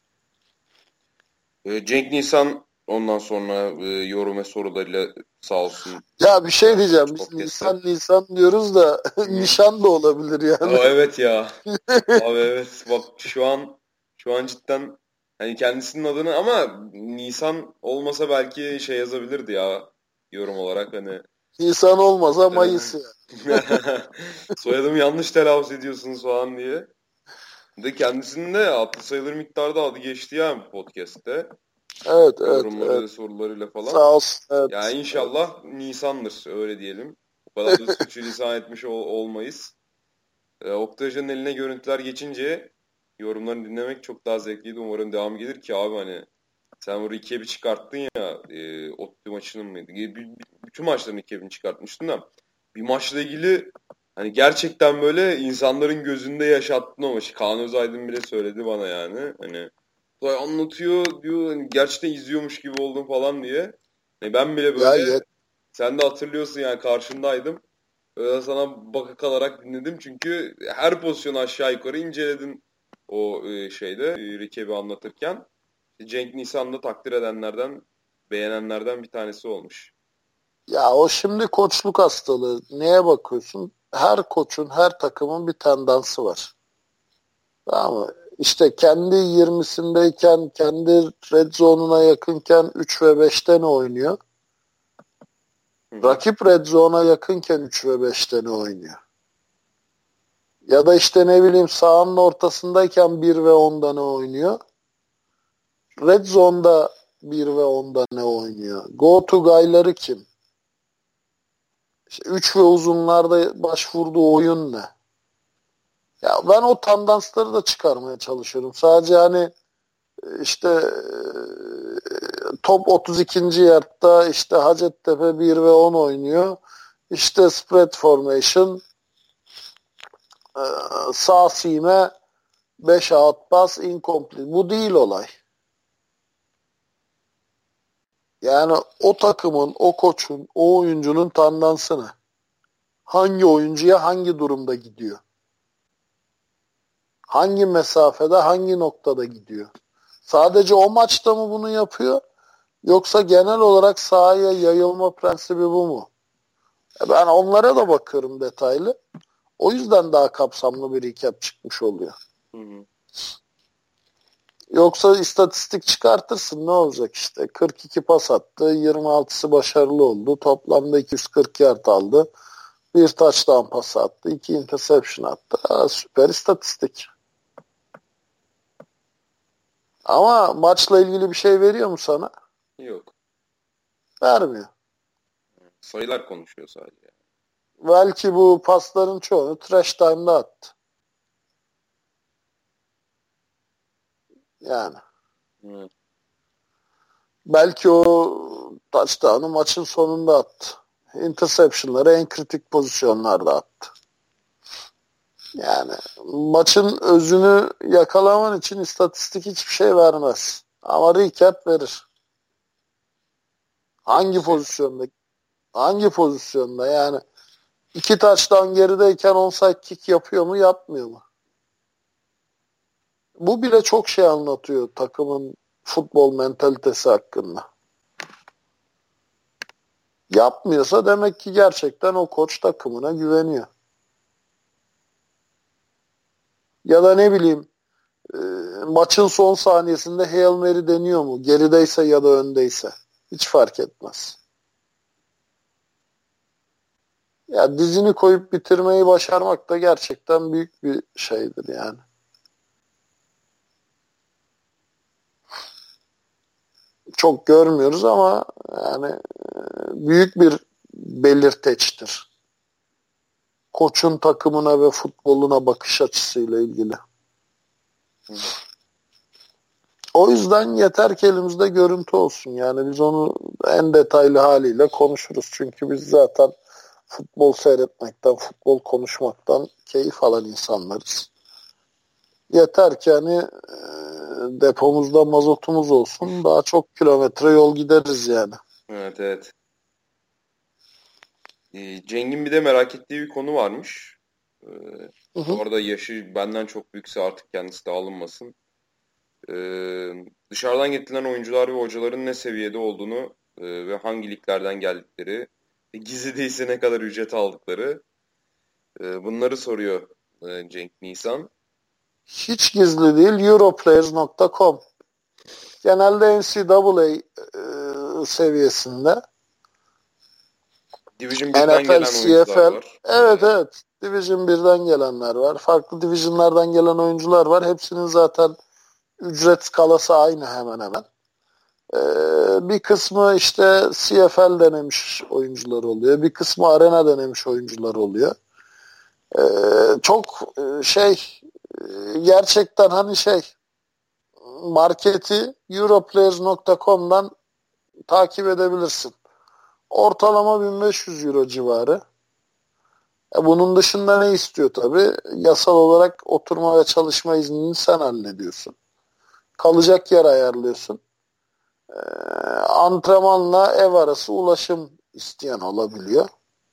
Ee, Cenk Nisan ondan sonra e, yorum ve sorularıyla sağ olsun. Ya bir şey diyeceğim. Biz Podcast'te. Nisan Nisan diyoruz da nişan da olabilir Aa, yani. evet ya. Abi evet bak şu an şu an cidden hani kendisinin adını ama Nisan olmasa belki şey yazabilirdi ya yorum olarak hani Nisan olmasa Mayıs ya. soyadımı yanlış telaffuz ediyorsunuz falan diye. De kendisinin de hatırı sayılır miktarda adı geçti ya bu podcast'te. Evet evet evet. Yorumlarıyla sorularıyla falan. Sağ olsun. Ya Evet, evet. inşallah Nisan'dır öyle diyelim. O kadar da sürçülisan etmiş ol- olmayız. E, Oktay Hoca'nın eline görüntüler geçince yorumlarını dinlemek çok daha zevkliydi. Umarım devam gelir ki abi hani sen bunu ikiye bir çıkarttın ya e, Ottu maçının mıydı? E, b- bütün maçların ikiye bir çıkartmıştın da bir maçla ilgili hani gerçekten böyle insanların gözünde yaşattın o maçı. Kaan Özaydın bile söyledi bana yani. Hani Oktay anlatıyor diyor hani gerçekten izliyormuş gibi oldum falan diye. Hani ben bile Ya böyle yet sen de hatırlıyorsun yani karşındaydım. Öyle sana baka kalarak dinledim çünkü her pozisyonu aşağı yukarı inceledin o e, şeyde e, Rikebi anlatırken. Cenk Nisan da takdir edenlerden, beğenenlerden bir tanesi olmuş. ya o şimdi koçluk hastalığı. Neye bakıyorsun? Her koçun, her takımın bir tendansı var. Tamam mı? İşte kendi yirmisindeyken, kendi red zone'una yakınken üç ve beşte ne oynuyor? Hı hı. Rakip red zone'a yakınken üç ve beşte ne oynuyor? Ya da işte ne bileyim sahanın ortasındayken bir ve onda ne oynuyor? Red zone'da bir ve onda ne oynuyor? Go to guy'ları kim? İşte üç ve uzunlarda başvurduğu oyun ne? Ya ben o tendansları da çıkarmaya çalışıyorum. Sadece hani işte e, top otuz ikinci yardta işte Hacettepe bir ve on oynuyor. İşte spread formation e, sağ sime beş out pass incomplete. Bu değil olay. Yani o takımın, o koçun, o oyuncunun tendansını hangi oyuncuya hangi durumda gidiyor? Hangi mesafede, hangi noktada gidiyor? Sadece o maçta mı bunu yapıyor? Yoksa genel olarak sahaya yayılma prensibi bu mu? E ben onlara da bakıyorum detaylı. O yüzden daha kapsamlı bir recap çıkmış oluyor. Hı hı. Yoksa istatistik çıkartırsın ne olacak işte. kırk iki pas attı, yirmi altısı başarılı oldu. Toplamda iki yüz kırk yard aldı. Bir touchdown pas attı, iki interception attı. Ha, süper istatistik. Ama maçla ilgili bir şey veriyor mu sana? Yok. Vermiyor. Sayılar konuşuyor sadece. Belki bu pasların çoğunu trash time'da attı. Yani. Hı. Belki o touchdown'u maçın sonunda attı. Interception'ları en kritik pozisyonlarda attı. Yani maçın özünü yakalaman için istatistik hiçbir şey vermez. Ama recap verir. Hangi Şey, pozisyonda? Hangi pozisyonda? Yani iki touchdown gerideyken onside kick yapıyor mu, yapmıyor mu? Bu bile çok şey anlatıyor takımın futbol mentalitesi hakkında. Yapmıyorsa demek ki gerçekten o koç takımına güveniyor. Ya da ne bileyim e, maçın son saniyesinde Hail Mary deniyor mu? Gerideyse ya da öndeyse. Hiç fark etmez. Ya dizini koyup bitirmeyi başarmak da gerçekten büyük bir şeydir yani. Çok görmüyoruz ama yani e, büyük bir belirteçtir. koçun takımına ve futboluna bakış açısıyla ilgili. Hı. O yüzden yeter ki elimizde görüntü olsun. Yani biz onu en detaylı haliyle konuşuruz. Çünkü biz zaten futbol seyretmekten, futbol konuşmaktan keyif alan insanlarız. Yeter ki hani e, depomuzda mazotumuz olsun. Daha çok kilometre yol gideriz yani. Evet, evet. Ee, Ceng'in bir de merak ettiği bir konu varmış. Ee, Hı bu hı. arada yaşı benden çok büyükse artık kendisi de alınmasın. Ee, dışarıdan getirilen oyuncular ve hocaların ne seviyede olduğunu e, ve hangi liglerden geldikleri, ve gizli değilse ne kadar ücret aldıkları, e, bunları soruyor e, Cenk Nisan. Hiç gizli değil. Europlayers nokta com. Genelde N C A A e, seviyesinde. Division birden N F L, gelen oyuncular C F L. var. Evet Ee, evet. Division birden gelenler var. Farklı divisionlardan gelen oyuncular var. Hepsinin zaten ücret skalası aynı hemen hemen. Ee, bir kısmı işte C F L denemiş oyuncular oluyor. Bir kısmı Arena denemiş oyuncular oluyor. Ee, çok e, şey e, gerçekten hani şey marketi europlayers nokta com'dan takip edebilirsin. Ortalama bin beş yüz euro civarı. E bunun dışında ne istiyor tabii? Yasal olarak oturma ve çalışma iznini sen hallediyorsun. Kalacak yer ayarlıyorsun. E, antrenmanla ev arası ulaşım isteyen olabiliyor.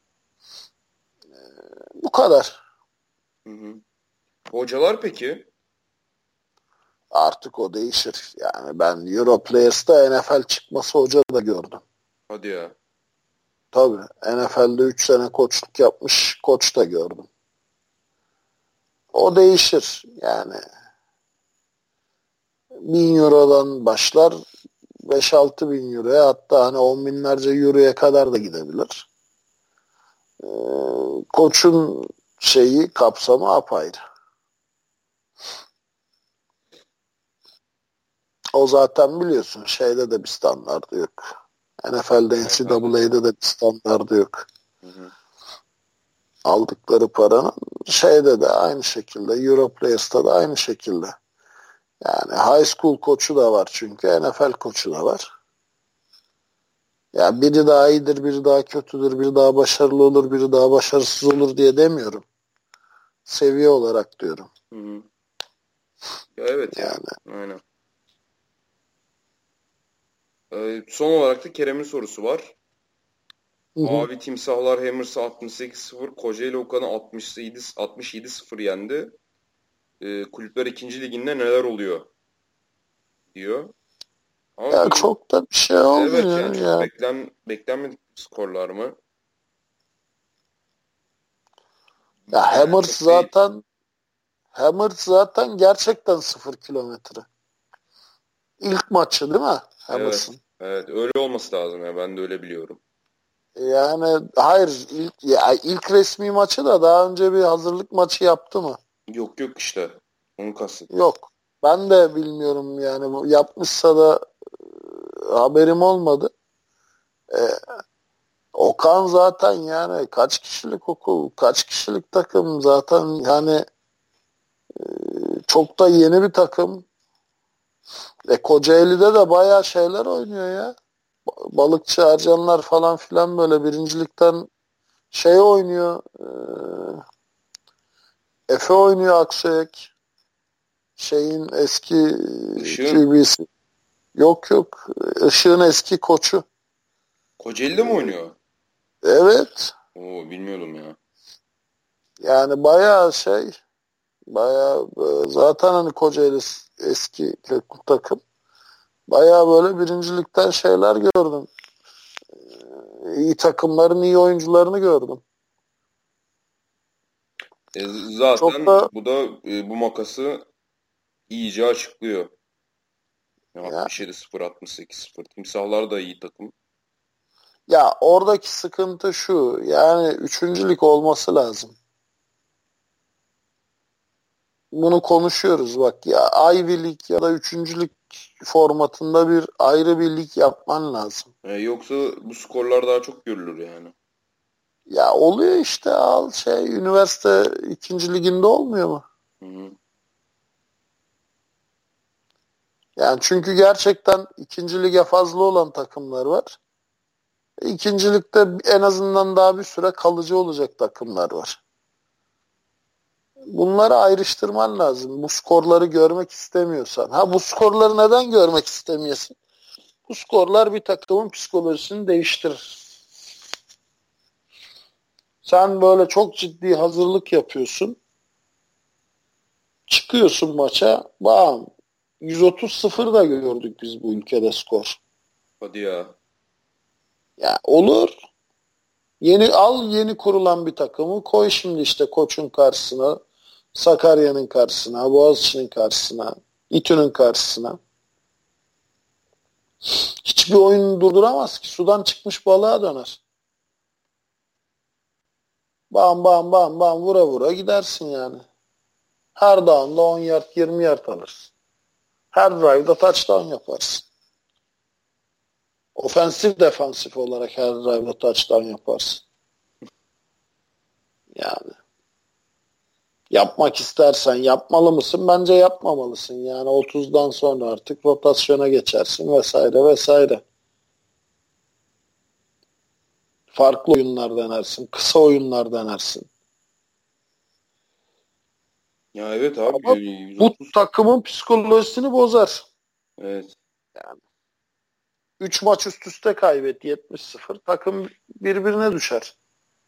Bu kadar. hı hı. Hocalar peki? Artık o değişir. Yani ben Europlayers'ta N F L çıkması hoca da gördüm. Hadi ya. Tabii. N F L'de üç sene koçluk yapmış koç da gördüm. O değişir. Yani bin Euro'dan başlar beş altı bin Euro'ya hatta hani on binlerce Euro'ya kadar da gidebilir. Ee, koçun şeyi kapsamı apayrı. O zaten biliyorsun şeyde de bir standardı yok. N F L'de, N F L'de de N C A A'de de yok. bir standardı yok. Hı hı. Aldıkları paranın şeyde de aynı şekilde Europlayers'ta da aynı şekilde. Yani high school koçu da var çünkü N F L koçu da var. Ya biri daha iyidir, biri daha kötüdür, biri daha başarılı olur, biri daha başarısız olur diye demiyorum. Seviye olarak diyorum. Hı hı. Ya evet ya. Yani. Aynen. Ee, son olarak da Kerem'in sorusu var. Hı hı. Mavi Timsahlar Hammers'ı altmış sekiz sıfır, Kocaeli Okan'ı altmış yedi altmış yedi sıfır yendi. Ee, kulüpler ikinci liginde neler oluyor diyor. Ama Ya bu çok da bir şey evet yani olmuyor çok ya. beklen beklenmedik skorlar mı? Ya Yani Hammers çok değil. zaten Hammers zaten gerçekten sıfır kilometre. İlk maçı değil mi Hammers'ın? Evet. Evet öyle olması lazım ya, ben de öyle biliyorum. Yani hayır ilk, ya ilk resmi maçı da daha önce bir hazırlık maçı yaptı mı? Yok yok işte. Onu kastettim. Yok. Ben de bilmiyorum yani bu yapmışsa da e, haberim olmadı. E, Okan zaten yani kaç kişilik okul, kaç kişilik takım zaten yani çok da yeni bir takım. E Kocaeli'de de bayağı şeyler oynuyor ya. Balıkçı Ercanlar falan filan böyle birincilikten şey oynuyor. E, Efe oynuyor Aksöek. Şeyin eski Işığın Q B'si. Yok yok. Işığın eski koçu. Kocaeli'de mi oynuyor? Evet. Oo bilmiyordum ya. Yani bayağı şey bayağı e, zaten hani Kocaeli eski takım. Bayağı böyle birincilikten şeyler gördüm. İyi takımların iyi oyuncularını gördüm. E, Çok zaten da bu da e, bu makası iyice açıklıyor. Yani ya, altmış yedi sıfır, altmış sekiz sıfır. Timsahlar da iyi takım. ya oradaki sıkıntı şu. Yani üçüncülük olması lazım. Bunu konuşuyoruz bak ya Ivy League ya da üçüncülük formatında bir ayrı bir lig yapman lazım. E, yoksa bu skorlar daha çok görülür yani. Ya oluyor işte, al şey, üniversite ikinci liginde olmuyor mu? Hı hı. Yani çünkü gerçekten ikinci lige fazla olan takımlar var. İkinci ligde en azından daha bir süre kalıcı olacak takımlar var. Bunları ayrıştırman lazım. Bu skorları görmek istemiyorsan. Ha, bu skorları neden görmek istemiyorsun? Bu skorlar bir takımın psikolojisini değiştirir. Sen böyle çok ciddi hazırlık yapıyorsun. Çıkıyorsun maça. Bam. yüz otuz sıfır da gördük biz bu ülkede skor. Hadi ya. Ya olur. Yeni al yeni kurulan bir takımı koy şimdi işte Koç'un karşısına, Sakarya'nın karşısına, Boğaziçi'nin karşısına, İTÜ'nün karşısına. Hiçbir oyun durduramaz ki. Sudan çıkmış balığa döner. Bam bam bam bam vura vura gidersin yani. Her dağında on yard yirmi yard alırsın. Her drive'da touchdown yaparsın. Ofensif defansif olarak her drive'da touchdown yaparsın. Yani yapmak istersen yapmalı mısın? Bence yapmamalısın. Yani otuzdan sonra artık rotasyona geçersin vesaire vesaire. Farklı oyunlar denersin. Kısa oyunlar denersin. Ya evet abi. Ama yüz bu otuz. takımın psikolojisini bozar. Evet. Yani üç maç üst üste kaybet yetmiş sıfır. Takım birbirine düşer.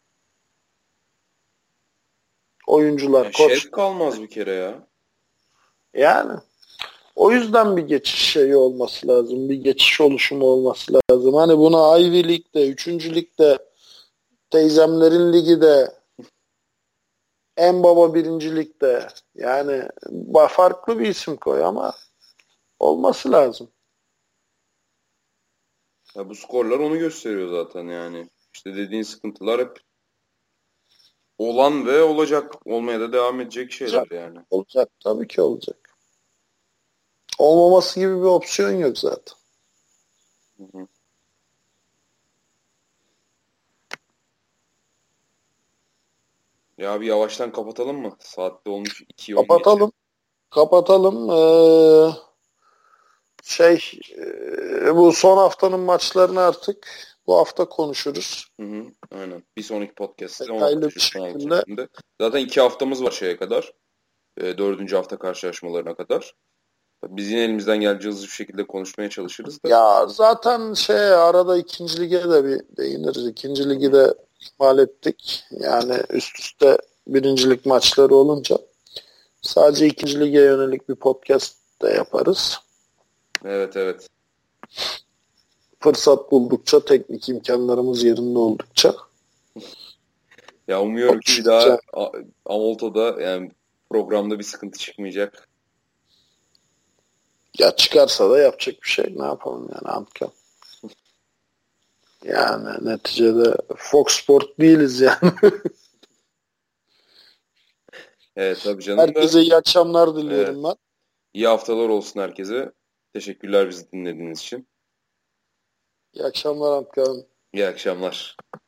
Oyuncular, Ya koç. şevk kalmaz bir kere ya. Yani o yüzden bir geçiş şeyi olması lazım. Bir geçiş oluşumu olması lazım. Hani buna Ivy League'de, üçüncü ligde, teyzemlerin ligi de, en baba birinci ligde, yani farklı bir isim koy ama olması lazım. Ya bu skorlar onu gösteriyor zaten yani. İşte dediğin sıkıntılar hep olan ve olacak, olmaya da devam edecek şeyler Olacak, yani. olacak. Tabii ki olacak. Olmaması gibi bir opsiyon yok zaten. Hı hı. Ya bir yavaştan kapatalım mı? Saatte olmuş iki on geçe. Kapatalım. Kapatalım. Ee, şey e, bu son haftanın maçlarını artık bu hafta konuşuruz. Hı hı, aynen. Bir sonraki podcast'te onu Detaylı bir konuşuruz sınav şekilde. şeklinde. Zaten iki haftamız var şeye kadar. E, dördüncü hafta karşılaşmalarına kadar. Biz yine elimizden geldiği hızlı bir şekilde konuşmaya çalışırız da. Ya zaten şey, arada ikinci lige de bir değiniriz. İkinci Hı ligi hı. de ihmal ettik. Yani üst üste birincilik maçları olunca sadece ikinci lige yönelik bir podcast de yaparız. Evet evet. Fırsat buldukça, teknik imkanlarımız yerinde oldukça Ya umuyorum ki bir konuşuruz daha yani. A- Amolto'da yani programda bir sıkıntı çıkmayacak. Ya çıkarsa da yapacak bir şey. Ne yapalım yani Antkan. Yani neticede Fox Sport değiliz yani. Evet tabii canım da. Herkese iyi akşamlar Evet. diliyorum ben. İyi haftalar olsun herkese. Teşekkürler bizi dinlediğiniz için. İyi akşamlar Antkan. İyi akşamlar.